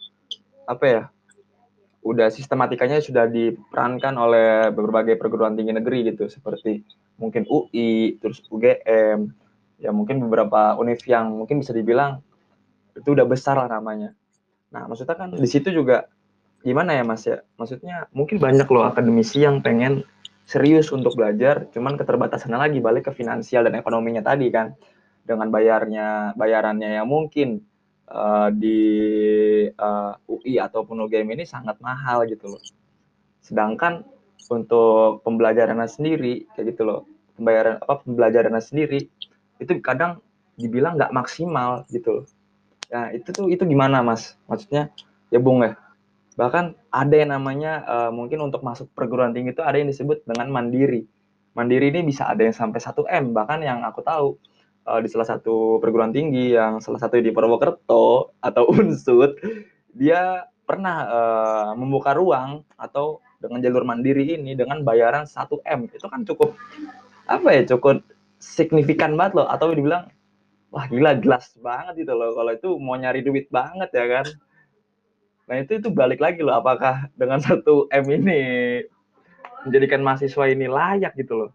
apa ya, udah sistematikanya sudah diperankan oleh berbagai perguruan tinggi negeri gitu, seperti mungkin U I, terus U G M, ya mungkin beberapa univ yang mungkin bisa dibilang itu udah besar lah namanya. Nah maksudnya kan di situ juga gimana ya mas ya, maksudnya mungkin banyak loh akademisi yang pengen serius untuk belajar, cuman keterbatasannya lagi balik ke finansial dan ekonominya tadi kan, dengan bayarnya bayarannya yang mungkin uh, di uh, U I ataupun U G M ini sangat mahal gitu loh. Sedangkan untuk pembelajarannya sendiri kayak gitu loh, pembayaran apa pembelajarannya sendiri itu kadang dibilang nggak maksimal gitu loh. Nah itu tuh itu gimana mas? Maksudnya ya Bung ya. Bahkan ada yang namanya uh, mungkin untuk masuk perguruan tinggi itu ada yang disebut dengan mandiri. Mandiri ini bisa ada yang sampai satu M, bahkan yang aku tahu uh, di salah satu perguruan tinggi yang salah satu di Purwokerto atau Unsud, dia pernah uh, membuka ruang atau dengan jalur mandiri ini dengan bayaran satu M. Itu kan cukup apa ya, cukup signifikan banget loh, atau dibilang wah gila jelas banget gitu loh kalau itu mau nyari duit banget ya kan. Nah itu itu balik lagi loh, apakah dengan satu M ini menjadikan mahasiswa ini layak gitu loh.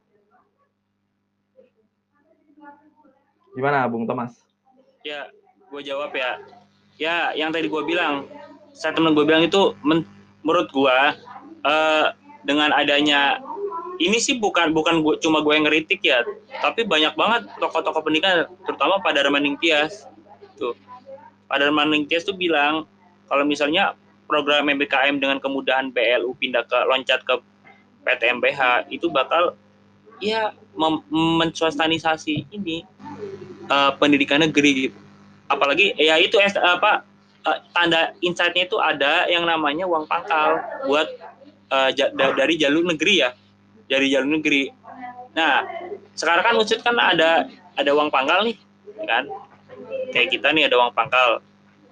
Gimana Bung Thomas? Ya, gue jawab ya. Ya, yang tadi gue bilang, saya temen gue bilang itu men, menurut gue uh, dengan adanya ini sih bukan bukan gua, cuma gue yang ngeritik ya, tapi banyak banget tokoh-tokoh pendidikan, terutama pada Remening Tias. Tuh, pada Remening Tias tuh bilang kalau misalnya program M B K M dengan kemudahan B L U pindah ke loncat ke P T M B H itu bakal ya mem- menswastanisasi ini uh, pendidikan negeri gitu. Apalagi ya itu apa uh, tanda insight-nya itu ada yang namanya uang pangkal buat uh, j- dari jalur negeri ya, dari jalur negeri. Nah sekarang kan Unsud kan ada ada uang pangkal nih kan, kayak kita nih ada uang pangkal.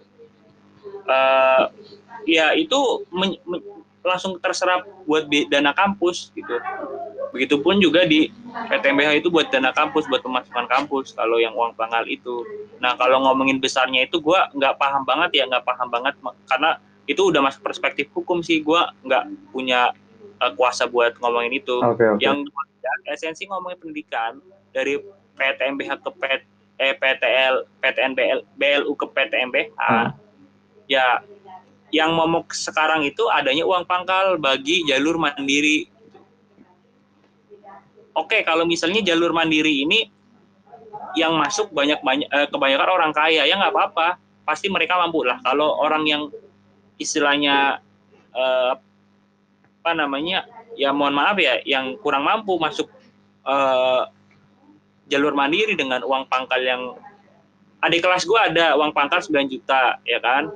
Uh, ya itu men- men- langsung terserap buat dana kampus gitu. Begitupun juga di P T M B H itu buat dana kampus, buat pemasukan kampus kalau yang uang pangkal itu. Nah kalau ngomongin besarnya itu gue nggak paham banget ya, nggak paham banget karena itu udah masuk perspektif hukum sih, gue nggak punya uh, kuasa buat ngomongin itu. Okay, okay. Yang esensi ngomongin pendidikan dari P T M B H ke P, eh, P T L, P T N B L, B L U ke P T M B H, hmm. ya yang momok sekarang itu adanya uang pangkal bagi jalur mandiri. Oke, kalau misalnya jalur mandiri ini yang masuk banyak banyak eh, kebanyakan orang kaya, ya nggak apa-apa, pasti mereka mampu lah. Kalau orang yang istilahnya eh, apa namanya, ya mohon maaf ya, yang kurang mampu masuk eh, jalur mandiri dengan uang pangkal yang, adik kelas gue ada uang pangkal sembilan juta, ya kan.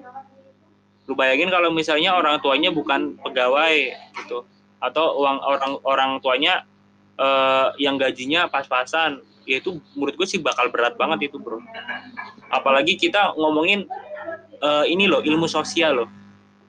Lu bayangin kalau misalnya orang tuanya bukan pegawai gitu, atau uang orang orang tuanya eh, yang gajinya pas-pasan, ya itu menurut gue sih bakal berat banget itu, bro. Apalagi kita ngomongin eh, ini loh, ilmu sosial loh,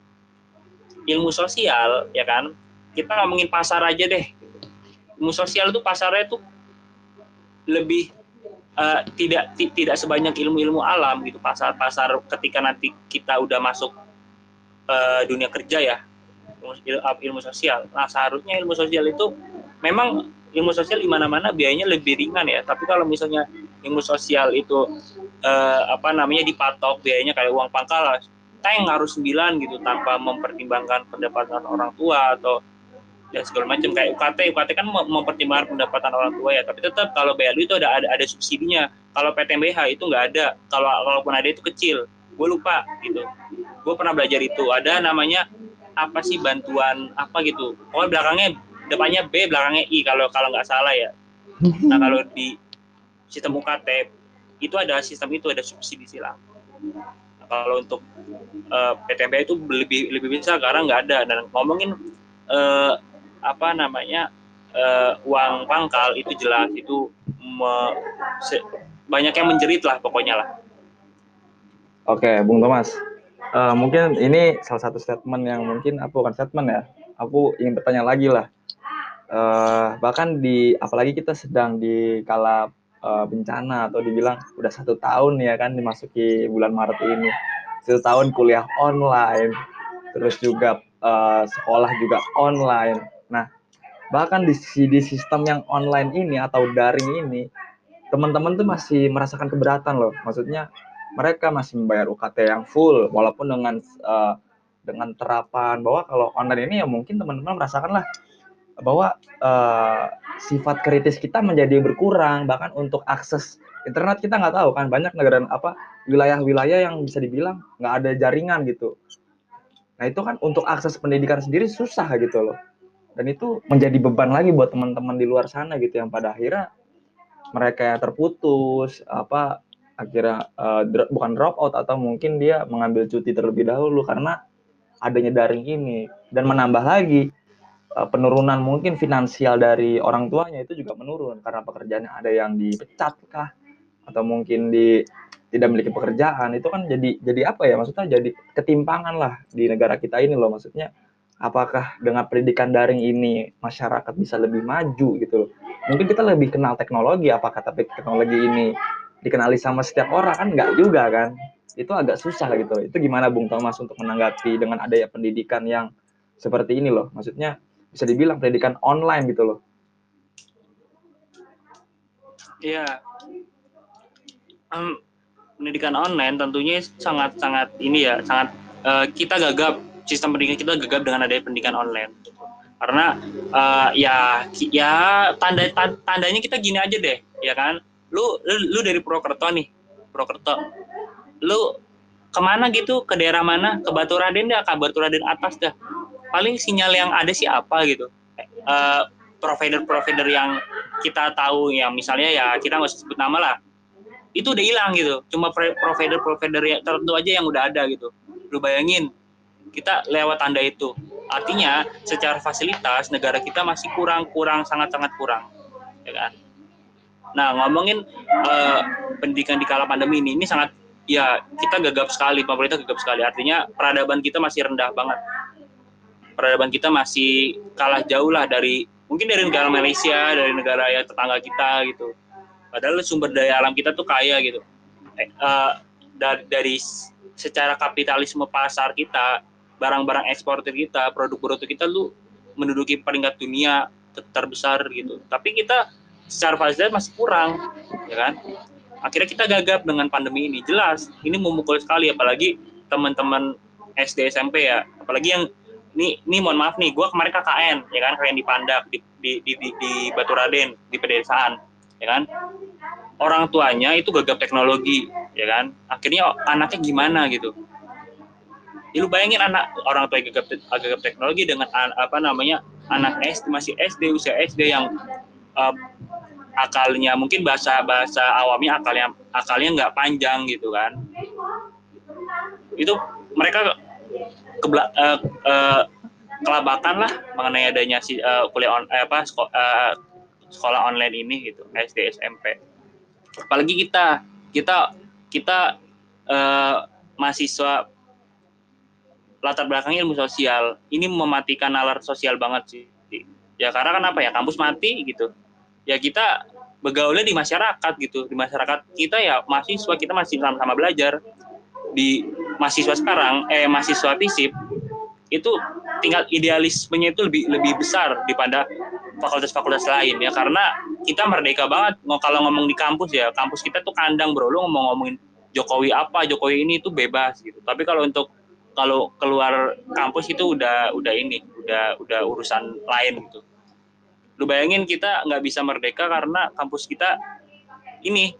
ilmu sosial, ya kan. Kita ngomongin pasar aja deh. Ilmu sosial itu pasarnya tuh lebih uh, tidak t- tidak sebanyak ilmu-ilmu alam gitu. Pasar-pasar ketika nanti kita udah masuk uh, dunia kerja ya, ilmu, ilmu sosial. Nah, seharusnya ilmu sosial itu memang ilmu sosial di mana-mana biayanya lebih ringan ya. Tapi kalau misalnya ilmu sosial itu uh, apa namanya dipatok biayanya kayak uang pangkal, tank harus sembilan gitu tanpa mempertimbangkan pendapatan orang tua atau dan segala macam. Kayak U K T, U K T kan mempertimbangkan pendapatan orang tua ya, tapi tetap kalau B L U itu ada ada, ada subsidinya. Kalau P T M B H itu nggak ada, kalau kalaupun ada itu kecil, gue lupa gitu. Gue pernah belajar itu, ada namanya apa sih, bantuan apa gitu, oh belakangnya, depannya B belakangnya I kalau kalau nggak salah ya. Nah kalau di sistem U K T itu ada sistem itu, ada subsidi silang. Nah, kalau untuk uh, P T M B H itu lebih lebih besar karena nggak ada. Dan ngomongin uh, apa namanya uh, uang pangkal itu jelas itu me, se, banyak yang menjerit lah pokoknya lah. Oke, Bung Thomas. Uh, mungkin ini salah satu statement yang mungkin aku bukan statement ya. Aku ingin bertanya lagi lah. Uh, bahkan di apalagi kita sedang di kala uh, bencana atau dibilang udah satu tahun ya kan dimasuki bulan Maret ini. Satu tahun kuliah online, terus juga uh, sekolah juga online. Nah, bahkan di, di sistem yang online ini atau daring ini, teman-teman tuh masih merasakan keberatan loh. Maksudnya mereka masih membayar U K T yang full, walaupun dengan uh, dengan terapan bahwa kalau online ini ya mungkin teman-teman merasakan lah bahwa uh, sifat kritis kita menjadi berkurang. Bahkan untuk akses internet kita nggak tahu kan, banyak negara apa wilayah-wilayah yang bisa dibilang nggak ada jaringan gitu. Nah itu kan untuk akses pendidikan sendiri susah gitu loh. Dan itu menjadi beban lagi buat teman-teman di luar sana gitu, yang pada akhirnya mereka yang terputus apa akhirnya uh, dro- bukan drop out atau mungkin dia mengambil cuti terlebih dahulu karena adanya daring ini. Dan menambah lagi uh, penurunan mungkin finansial dari orang tuanya itu juga menurun karena pekerjaannya ada yang dipecat kah atau mungkin di tidak memiliki pekerjaan. Itu kan jadi jadi apa ya, maksudnya jadi ketimpangan lah di negara kita ini loh. Maksudnya apakah dengan pendidikan daring ini masyarakat bisa lebih maju gitu loh. Mungkin kita lebih kenal teknologi, apakah tapi teknologi ini dikenali sama setiap orang kan enggak juga kan. Itu agak susah gitu loh. Itu gimana Bung Thomas untuk menanggapi dengan adanya pendidikan yang seperti ini loh. Maksudnya bisa dibilang pendidikan online gitu loh. Iya. Um, pendidikan online tentunya sangat-sangat ini ya, sangat uh, kita gagap, sistem pendidikan kita gagap dengan adanya pendidikan online. Karena uh, ya ya tanda tandanya kita gini aja deh, ya kan? Lu lu, lu dari Purwokerto nih, Purwokerto. Lu kemana gitu, ke daerah mana? Ke Baturaden dah, ke Baturaden atas dah. Paling sinyal yang ada sih apa gitu. Uh, provider-provider yang kita tahu, yang misalnya ya kita nggak usah sebut nama lah, itu udah hilang gitu. Cuma provider-provider yang tertentu aja yang udah ada gitu. Lu bayangin, kita lewat tanda itu. Artinya secara fasilitas negara kita masih kurang, kurang, sangat-sangat kurang, ya kan? Nah, ngomongin uh, pendidikan di kala pandemi ini, ini sangat, ya kita gagap sekali, pemerintah gagap sekali. Artinya peradaban kita masih rendah banget. Peradaban kita masih kalah jauh lah dari, mungkin dari negara Malaysia, dari negara ya tetangga kita gitu. Padahal sumber daya alam kita tuh kaya gitu. Eh, uh, dari, dari secara kapitalisme pasar kita, barang-barang ekspor kita, produk-produk kita lu menduduki peringkat dunia terbesar gitu. Tapi kita secara fasilitas masih kurang, ya kan? Akhirnya kita gagap dengan pandemi ini. Jelas, ini memukul sekali, apalagi teman-teman S D S M P ya, apalagi yang ini ini mohon maaf nih, gue kemarin K K N ya kan, kayak di Pandak di di di, di, di Baturaden di pedesaan ya kan, orang tuanya itu gagap teknologi ya kan, akhirnya anaknya gimana gitu. Ya, lu bayangin anak orang tua gagap, gagap teknologi dengan apa namanya anak S D, masih S D, usia S D yang uh, akalnya mungkin bahasa bahasa awamnya akalnya akalnya nggak panjang gitu kan. Itu mereka kebla, uh, uh, kelabakan lah mengenai adanya si uh, kuliah on, eh, apa sekolah, uh, sekolah online ini gitu, S D S M P. Apalagi kita kita kita uh, mahasiswa latar belakangnya ilmu sosial, ini mematikan nalar sosial banget sih. Ya karena kan apa ya, kampus mati gitu. Ya kita bergaulnya di masyarakat gitu. Di masyarakat kita ya mahasiswa, kita masih sama-sama belajar. Di mahasiswa sekarang, eh mahasiswa FISIP, itu tingkat idealismenya itu lebih lebih besar daripada fakultas-fakultas lain ya, karena kita merdeka banget. Kalau ngomong di kampus ya, kampus kita tuh kandang bro, lu ngomong-ngomongin Jokowi apa, Jokowi ini itu bebas gitu. Tapi kalau untuk kalau keluar kampus itu udah udah ini udah udah urusan lain gitu. Lu bayangin kita nggak bisa merdeka karena kampus kita ini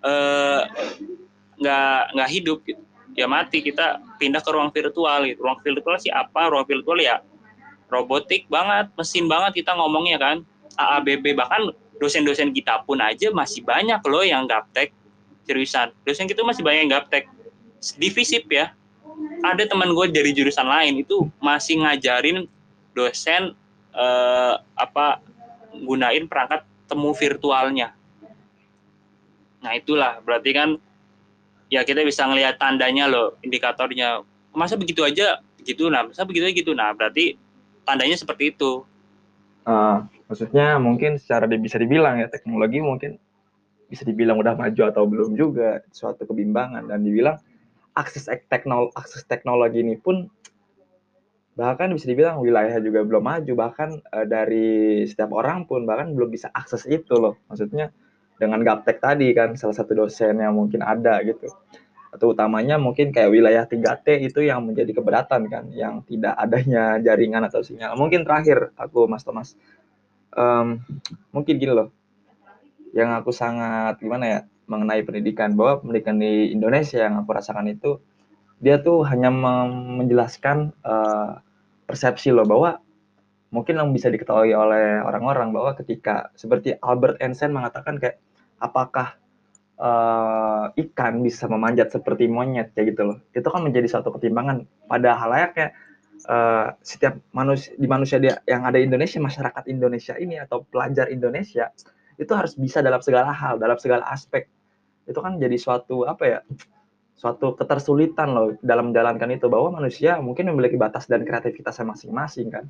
nggak eh, nggak hidup gitu. Ya mati, kita pindah ke ruang virtual gitu. Ruang virtual sih apa? Ruang virtual ya robotik banget, mesin banget kita ngomongnya kan. A A B B, bahkan dosen-dosen kita pun aja masih banyak loh yang gaptek. Seriusan, dosen kita masih banyak yang gaptek. Di FISIP ya, ada teman gue dari jurusan lain itu masih ngajarin dosen eh, apa gunain perangkat temu virtualnya. Nah itulah berarti kan ya kita bisa ngelihat tandanya loh, indikatornya. Masa begitu aja begitu, nah masa begitu aja gitu, nah berarti tandanya seperti itu. Uh, maksudnya mungkin secara di, bisa dibilang ya teknologi mungkin bisa dibilang udah maju atau belum juga, suatu kebimbangan. Dan dibilang akses teknologi, akses teknologi ini pun bahkan bisa dibilang wilayah juga belum maju, bahkan uh, dari setiap orang pun bahkan belum bisa akses itu loh. Maksudnya dengan gaptek tadi kan, salah satu dosen yang mungkin ada gitu, atau utamanya mungkin kayak wilayah tiga T itu yang menjadi keberatan kan, yang tidak adanya jaringan atau sinyal. Mungkin terakhir aku Mas Thomas, um, mungkin gini loh, yang aku sangat gimana ya mengenai pendidikan, bahwa pendidikan di Indonesia yang aku rasakan itu dia tuh hanya menjelaskan uh, persepsi loh, bahwa mungkin yang bisa diketahui oleh orang-orang bahwa ketika seperti Albert Einstein mengatakan kayak apakah uh, ikan bisa memanjat seperti monyet kayak gitu loh, itu kan menjadi suatu ketimbangan pada halayaknya. Uh, setiap manusia di manusia dia yang ada di Indonesia, masyarakat Indonesia ini atau pelajar Indonesia itu harus bisa dalam segala hal, dalam segala aspek. Itu kan jadi suatu apa ya, suatu ketersulitan loh dalam menjalankan itu, bahwa manusia mungkin memiliki batas dan kreativitasnya masing-masing kan.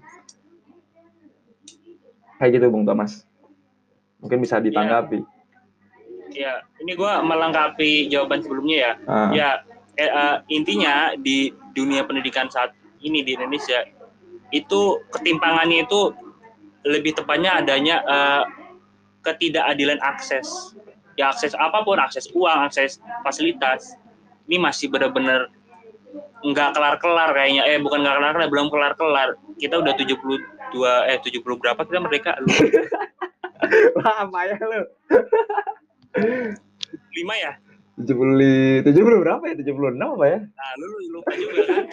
Kayak gitu Bung Thomas. Mungkin bisa ditanggapi. Ya, ya ini gue melengkapi jawaban sebelumnya ya. Uh. Ya, eh, uh, intinya di dunia pendidikan saat ini di Indonesia itu ketimpangannya itu lebih tepatnya adanya uh, ketidakadilan akses. Ya akses apapun, akses uang, akses fasilitas. Ini masih benar-benar nggak kelar-kelar kayaknya. Eh bukan nggak kelar-kelar, belum kelar-kelar. Kita udah tujuh puluh dua eh tujuh puluh berapa kita merdeka lu? Lama ya lu. lima ya? tujuh puluh tujuh puluh berapa ya? tujuh puluh enam apa ya? Nah, lu lupa juga kan.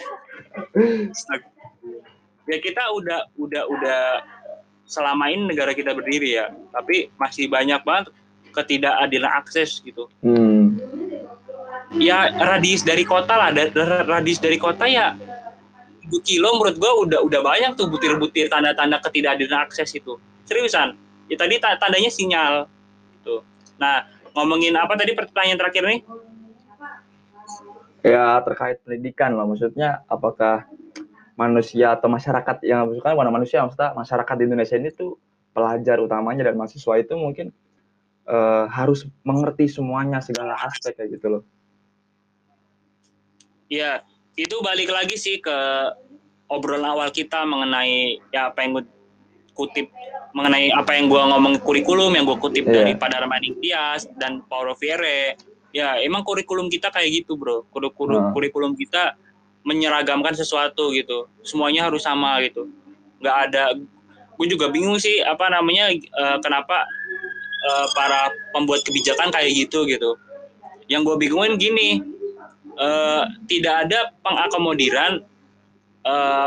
Ya kita udah udah udah selama ini negara kita berdiri ya, tapi masih banyak banget ketidakadilan akses gitu. Hmm. Ya radius dari kota lah, radius dari kota ya dua kilo menurut gua udah udah banyak tuh butir-butir tanda-tanda ketidakadilan akses itu. Seriusan. Ya tadi tandanya sinyal gitu. Nah, ngomongin apa tadi pertanyaan terakhir nih? Ya terkait pendidikan lah, maksudnya apakah manusia atau masyarakat yang maksudnya mana manusia maksudnya masyarakat di Indonesia ini tuh pelajar utamanya dan mahasiswa itu mungkin uh, harus mengerti semuanya, segala aspek kayak gitu loh. Ya, itu balik lagi sih ke obrolan awal kita mengenai ya apa yang gue kutip, mengenai apa yang gue ngomong kurikulum yang gue kutip yeah. dari Padar Maningtyas dan Paulo Freire. Ya emang kurikulum kita kayak gitu bro, kurikulum, uh. kurikulum kita menyeragamkan sesuatu gitu, semuanya harus sama gitu, nggak ada. Gue juga bingung sih apa namanya uh, kenapa uh, para pembuat kebijakan kayak gitu gitu. Yang gue bingungin gini, uh, tidak ada pengakomodiran uh,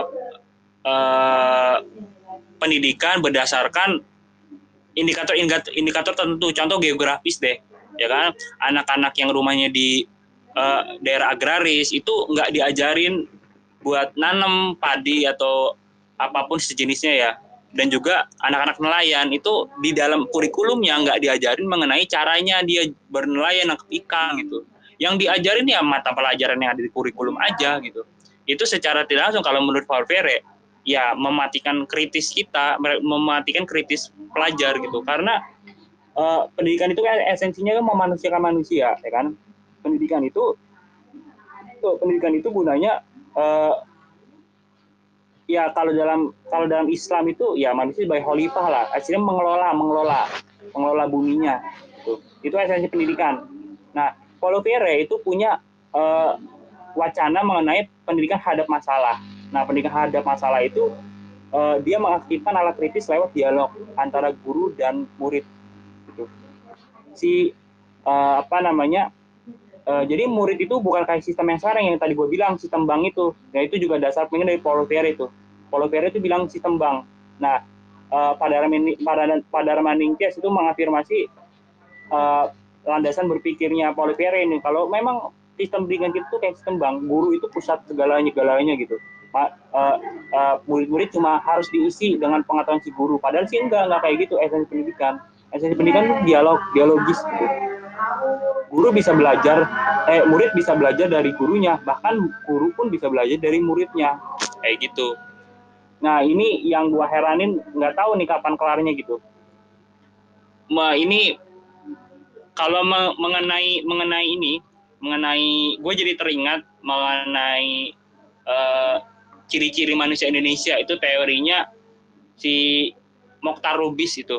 uh, pendidikan berdasarkan indikator-indikator tertentu. Contoh geografis deh, ya kan? Anak-anak yang rumahnya di uh, daerah agraris itu nggak diajarin buat nanam padi atau apapun sejenisnya ya. Dan juga anak-anak nelayan itu di dalam kurikulumnya nggak diajarin mengenai caranya dia bernelayan nangkep ikan gitu. Yang diajarin ya mata pelajaran yang ada di kurikulum aja gitu. Itu secara tidak langsung kalau menurut Paul Freire ya mematikan kritis kita, mematikan kritis pelajar gitu. Karena uh, pendidikan itu kan esensinya kan memanusiakan manusia, ya kan? Pendidikan itu, itu pendidikan itu gunanya uh, ya kalau dalam kalau dalam Islam itu ya manusia sebagai khalifah lah, akhirnya mengelola mengelola mengelola buminya. Itu, itu esensi pendidikan. Nah, Paulo Freire itu punya uh, wacana mengenai pendidikan hadap masalah. Nah, pendidikan hadap masalah itu uh, dia mengaktifkan alat kritis lewat dialog antara guru dan murid. Gitu. Si uh, apa namanya? Uh, jadi murid itu bukan kayak sistem yang sekarang yang tadi gue bilang sistem bank itu. Nah itu juga dasar pengen dari Paulo Freire itu. Paulo Freire itu bilang sistem bank. Nah uh, pada pada pada Maningkias itu mengafirmasi uh, landasan berpikirnya Paulo Freire ini. Kalau memang sistem pendidikan itu kayak sistem bank, guru itu pusat segalanya segalanya gitu. Uh, uh, murid-murid cuma harus diisi dengan pengetahuan si guru. Padahal sih enggak enggak kayak gitu esensi pendidikan. Esensi pendidikan itu dialog, dialogis gitu. Guru bisa belajar, eh murid bisa belajar dari gurunya, bahkan guru pun bisa belajar dari muridnya, kayak gitu. Nah ini yang gua heranin, nggak tahu nih kapan kelarnya gitu. Ma ini kalau mengenai mengenai ini, mengenai gue jadi teringat mengenai uh, ciri-ciri manusia Indonesia itu teorinya si Mokhtar Rubis itu,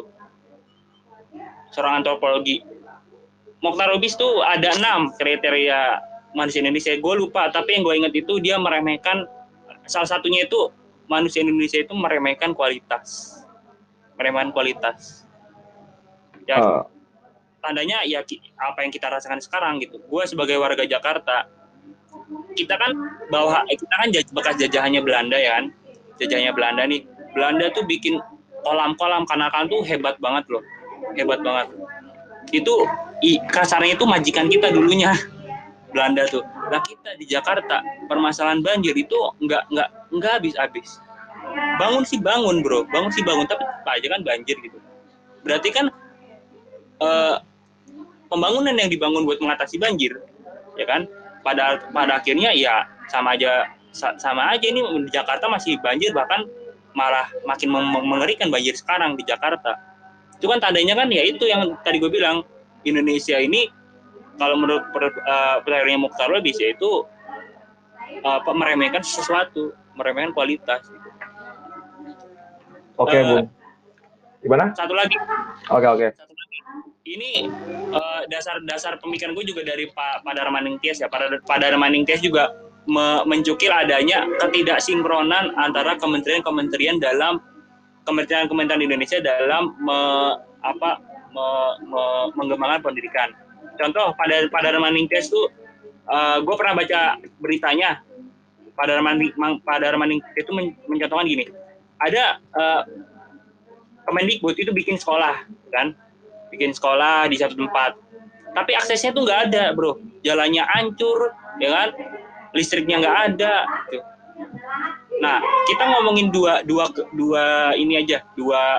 seorang antropologi. Mokhtar Rubis tuh ada enam kriteria manusia Indonesia. Gue lupa, tapi yang gue ingat itu dia meremehkan, salah satunya itu manusia Indonesia itu meremehkan kualitas. Meremehkan kualitas. Ya, uh. tandanya ya apa yang kita rasakan sekarang gitu. Gue sebagai warga Jakarta, kita kan bawa, kita kan bekas jajahannya Belanda ya kan. Jajahannya Belanda nih. Belanda tuh bikin kolam-kolam kanakan tuh hebat banget loh. Hebat banget. Itu kasarnya itu majikan kita dulunya Belanda tuh. Nah kita di Jakarta permasalahan banjir itu nggak nggak nggak habis-habis. Bangun sih bangun bro, bangun sih bangun tapi apa aja kan banjir gitu. Berarti kan eh, pembangunan yang dibangun buat mengatasi banjir, ya kan? Pada pada akhirnya ya sama aja sama aja ini di Jakarta masih banjir, bahkan malah makin mengerikan banjir sekarang di Jakarta. Itu kan tandanya kan ya itu yang tadi gue bilang, Indonesia ini kalau menurut pertanyaan uh, Mokhtar Rubis yaitu uh, meremehkan sesuatu, meremehkan kualitas gitu. Oke, okay, uh, Bung. Gimana? Satu lagi. Oke, okay, oke. Okay. Ini uh, dasar-dasar pemikiran gue juga dari Pak Padar Maningkias ya. Pada Padar Maningkias juga me- mencukil adanya ketidaksinkronan antara kementerian-kementerian dalam kementerian-kementerian Indonesia dalam me, apa me, me, mengembangkan pendidikan. Contoh pada pada Maningkias tuh uh, gue pernah baca beritanya. Pada pada Maningkias itu men, mencontohkan gini. Ada uh, Kemendikbud itu bikin sekolah kan, bikin sekolah di satu tempat. Tapi aksesnya tuh nggak ada, bro. Jalannya hancur, ya kan? Listriknya nggak ada. Gitu. Nah, kita ngomongin dua dua dua ini aja, dua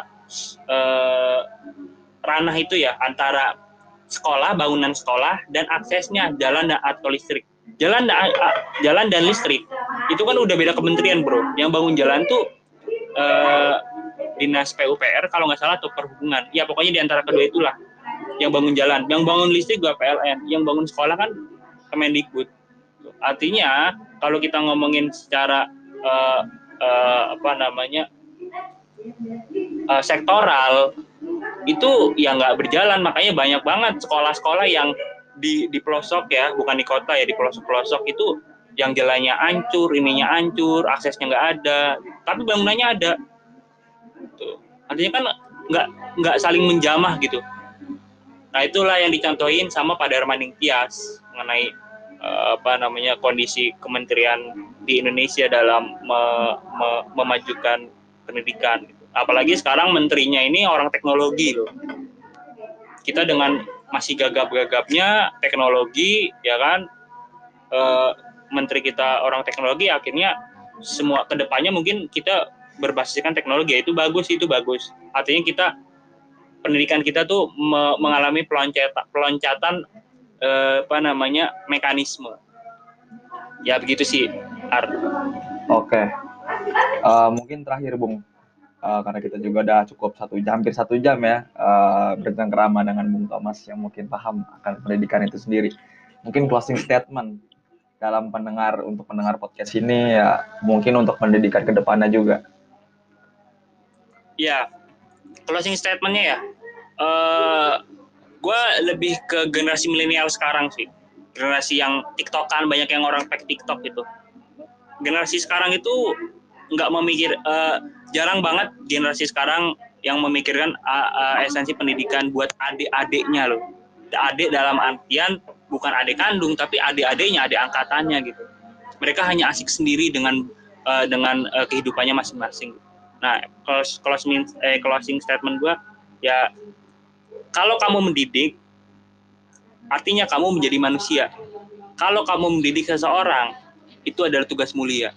eh, ranah itu ya, antara sekolah, bangunan sekolah dan aksesnya jalan dan atau listrik. Jalan dan jalan dan listrik itu kan udah beda kementerian, bro. Yang bangun jalan tuh eh, dinas P U P R kalau nggak salah atau perhubungan. Ya pokoknya di antara kedua itulah yang bangun jalan. Yang bangun listrik juga P L N. Yang bangun sekolah kan Kemendikbud. Artinya kalau kita ngomongin secara Uh, uh, apa namanya uh, sektoral itu ya nggak berjalan, makanya banyak banget sekolah-sekolah yang di di pelosok ya, bukan di kota ya, di pelosok-pelosok itu yang jalannya hancur, ininya hancur, aksesnya nggak ada, tapi bangunannya ada. Tuh. Artinya kan nggak nggak saling menjamah gitu. Nah itulah yang dicontohin sama Pak Darmaning Tias mengenai uh, apa namanya kondisi kementerian di Indonesia dalam me, me, memajukan pendidikan. Apalagi sekarang menterinya ini orang teknologi loh. Kita dengan masih gagap-gagapnya teknologi, ya kan, uh, menteri kita orang teknologi, akhirnya semua kedepannya mungkin kita berbasiskan teknologi. Itu bagus, itu bagus. Artinya kita pendidikan kita tuh me- mengalami peloncatan, peloncatan eh, apa namanya mekanisme. Ya begitu sih, Ar. Oke, uh, mungkin terakhir Bung, uh, karena kita juga udah cukup satu jam, hampir satu jam ya uh, bercengkerama dengan Bung Thomas yang mungkin paham akan pendidikan itu sendiri. Mungkin closing statement dalam pendengar untuk pendengar podcast ini ya, mungkin untuk pendidikan kedepannya juga. Ya, closing statementnya ya. Uh, gue lebih ke generasi milenial sekarang sih. Generasi yang TikTokan, banyak yang orang pakai TikTok gitu. Generasi sekarang itu nggak memikir, uh, jarang banget generasi sekarang yang memikirkan uh, uh, esensi pendidikan buat adik-adiknya loh. Adik dalam artian bukan adik kandung, tapi adik-adiknya, adik angkatannya gitu. Mereka hanya asik sendiri dengan uh, dengan uh, kehidupannya masing-masing. Nah, closing, eh, closing statement gue ya, kalau kamu mendidik, artinya kamu menjadi manusia. Kalau kamu mendidik seseorang, itu adalah tugas mulia.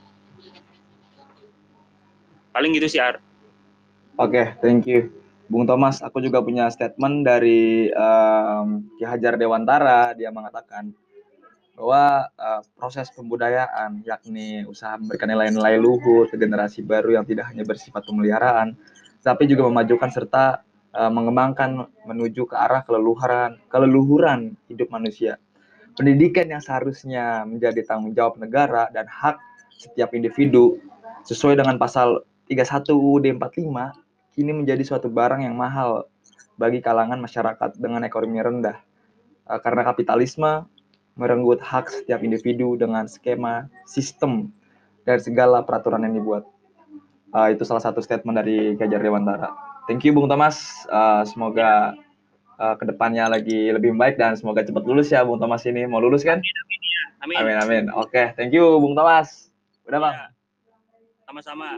Paling gitu sih, Ar. Oke, okay, thank you. Bung Thomas, aku juga punya statement dari um, Ki Hajar Dewantara. Dia mengatakan bahwa uh, proses pembudayaan, yakni usaha memberikan nilai-nilai luhur ke generasi baru yang tidak hanya bersifat pemeliharaan, tapi juga memajukan serta uh, mengembangkan menuju ke arah keleluhuran, keleluhuran hidup manusia. Pendidikan yang seharusnya menjadi tanggung jawab negara dan hak setiap individu sesuai dengan pasal tiga puluh satu U U D empat puluh lima, kini menjadi suatu barang yang mahal bagi kalangan masyarakat dengan ekonomi rendah. Uh, karena kapitalisme merenggut hak setiap individu dengan skema, sistem, dan segala peraturan yang dibuat. Uh, itu salah satu statement dari Ki Hajar Dewantara. Thank you Bung Thomas. Uh, semoga uh, kedepannya lagi lebih baik dan semoga cepat lulus ya Bung Thomas ini. Mau lulus kan? Amin. Amin amin. Oke, okay. Thank you Bung Thomas. Udah Bang. Ya, sama-sama.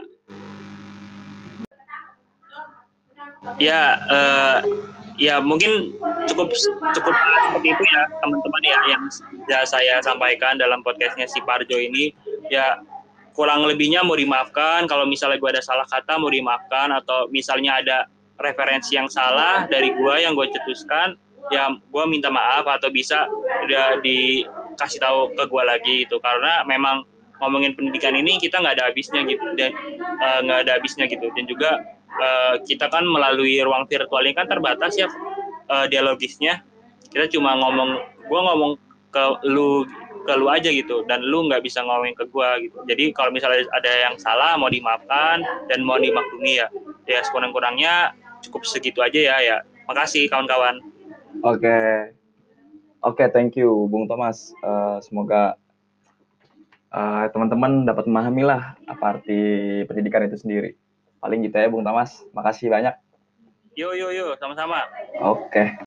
Ya, uh, ya mungkin cukup cukup seperti itu ya teman-teman ya yang sudah saya sampaikan dalam podcastnya si Parjo ini. Ya kurang lebihnya mau dimaafkan, kalau misalnya gue ada salah kata mau dimaafkan, atau misalnya ada referensi yang salah dari gue yang gue cetuskan, ya gue minta maaf, atau bisa udah dikasih tahu ke gue lagi gitu, karena memang ngomongin pendidikan ini kita nggak ada habisnya gitu, dan nggak uh, ada habisnya gitu, dan juga uh, kita kan melalui ruang virtual ini kan terbatas ya uh, dialogisnya, kita cuma ngomong, gue ngomong ke lu ke lu aja gitu, dan lu nggak bisa ngomongin ke gue gitu. Jadi kalau misalnya ada yang salah mau dimaafkan dan mau dimaklumi ya. Ya sekurang-kurangnya cukup segitu aja ya ya. Makasih kawan-kawan. Oke. Okay. Oke, okay, thank you Bung Thomas. Uh, semoga uh, teman-teman dapat memahami lah apa arti pendidikan itu sendiri. Paling gitu ya Bung Thomas. Makasih banyak. Yo yo yo, sama-sama. Oke. Okay.